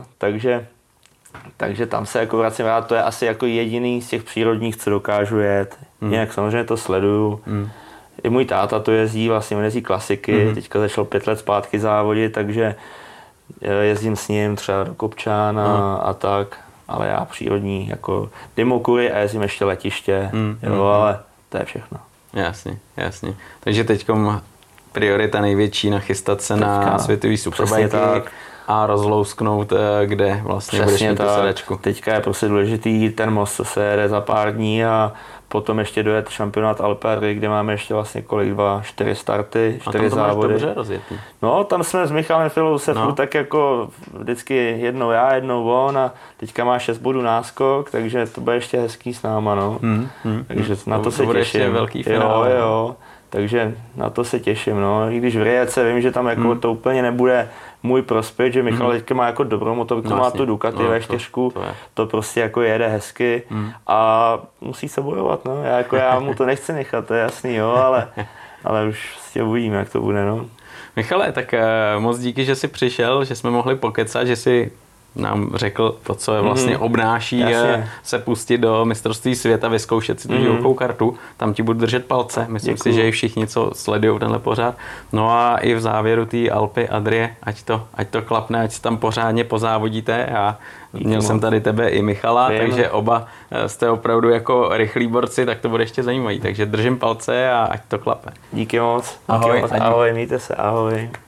Speaker 2: takže tam se jako vracím rád, to je asi jako jediný z těch přírodních, co dokážu jet. Jinak samozřejmě to sleduju, I můj táta to jezdí, vlastně on jezdí klasiky, teďka začal 5 let zpátky závodit, takže jezdím s ním třeba do Kopčán a tak, ale já přírodní, jako Dymokury a jezdím ještě letiště, ale to je všechno.
Speaker 1: Jasně. Takže teďkom priorita největší nachystat se na světový superbajky a rozlousknout, kde vlastně budeš mít tu sedačku.
Speaker 2: Teďka je prostě důležitý ten most, co se jede za pár dní a potom ještě dojet šampionát Alpary, kde máme ještě vlastně 4 starty, 4 závody.
Speaker 1: Dobře rozjetý.
Speaker 2: No, tam jsme s Michalem Filou se furt tak jako vždycky jednou já, jednou on a teďka má 6 bodů náskok, takže to bude ještě hezký s náma, no. Takže na to se těším.
Speaker 1: Velký finále.
Speaker 2: Jo. Takže na to se těším, no. I když v Rijece vím, že tam jako to úplně nebude můj prospěch, že Michal teďka má jako dobrou motorku, má tu Ducati V4, to prostě jako jede hezky a musí se bojovat, no. Já mu to nechci nechat, to je jasný, jo, ale už si uvidíme, jak to bude, no.
Speaker 1: Michale, tak moc díky, že jsi přišel, že jsme mohli pokecat, že jsi nám řekl to, co je vlastně obnáší se pustit do mistrovství světa, vyzkoušet si tu divokou kartu. Tam ti budu držet palce. Myslím si, že i všichni, co sledují tenhle pořád. No a i v závěru té Alpy Adrie, ať to klapne, ať se tam pořádně pozávodíte. A měl jsem tady tebe i Michala, takže oba jste opravdu jako rychlí borci, tak to bude ještě zajímavý. Takže držím palce a ať to klape.
Speaker 2: Díky moc.
Speaker 1: Ahoj.
Speaker 2: Ahoj, mějte se, ahoj.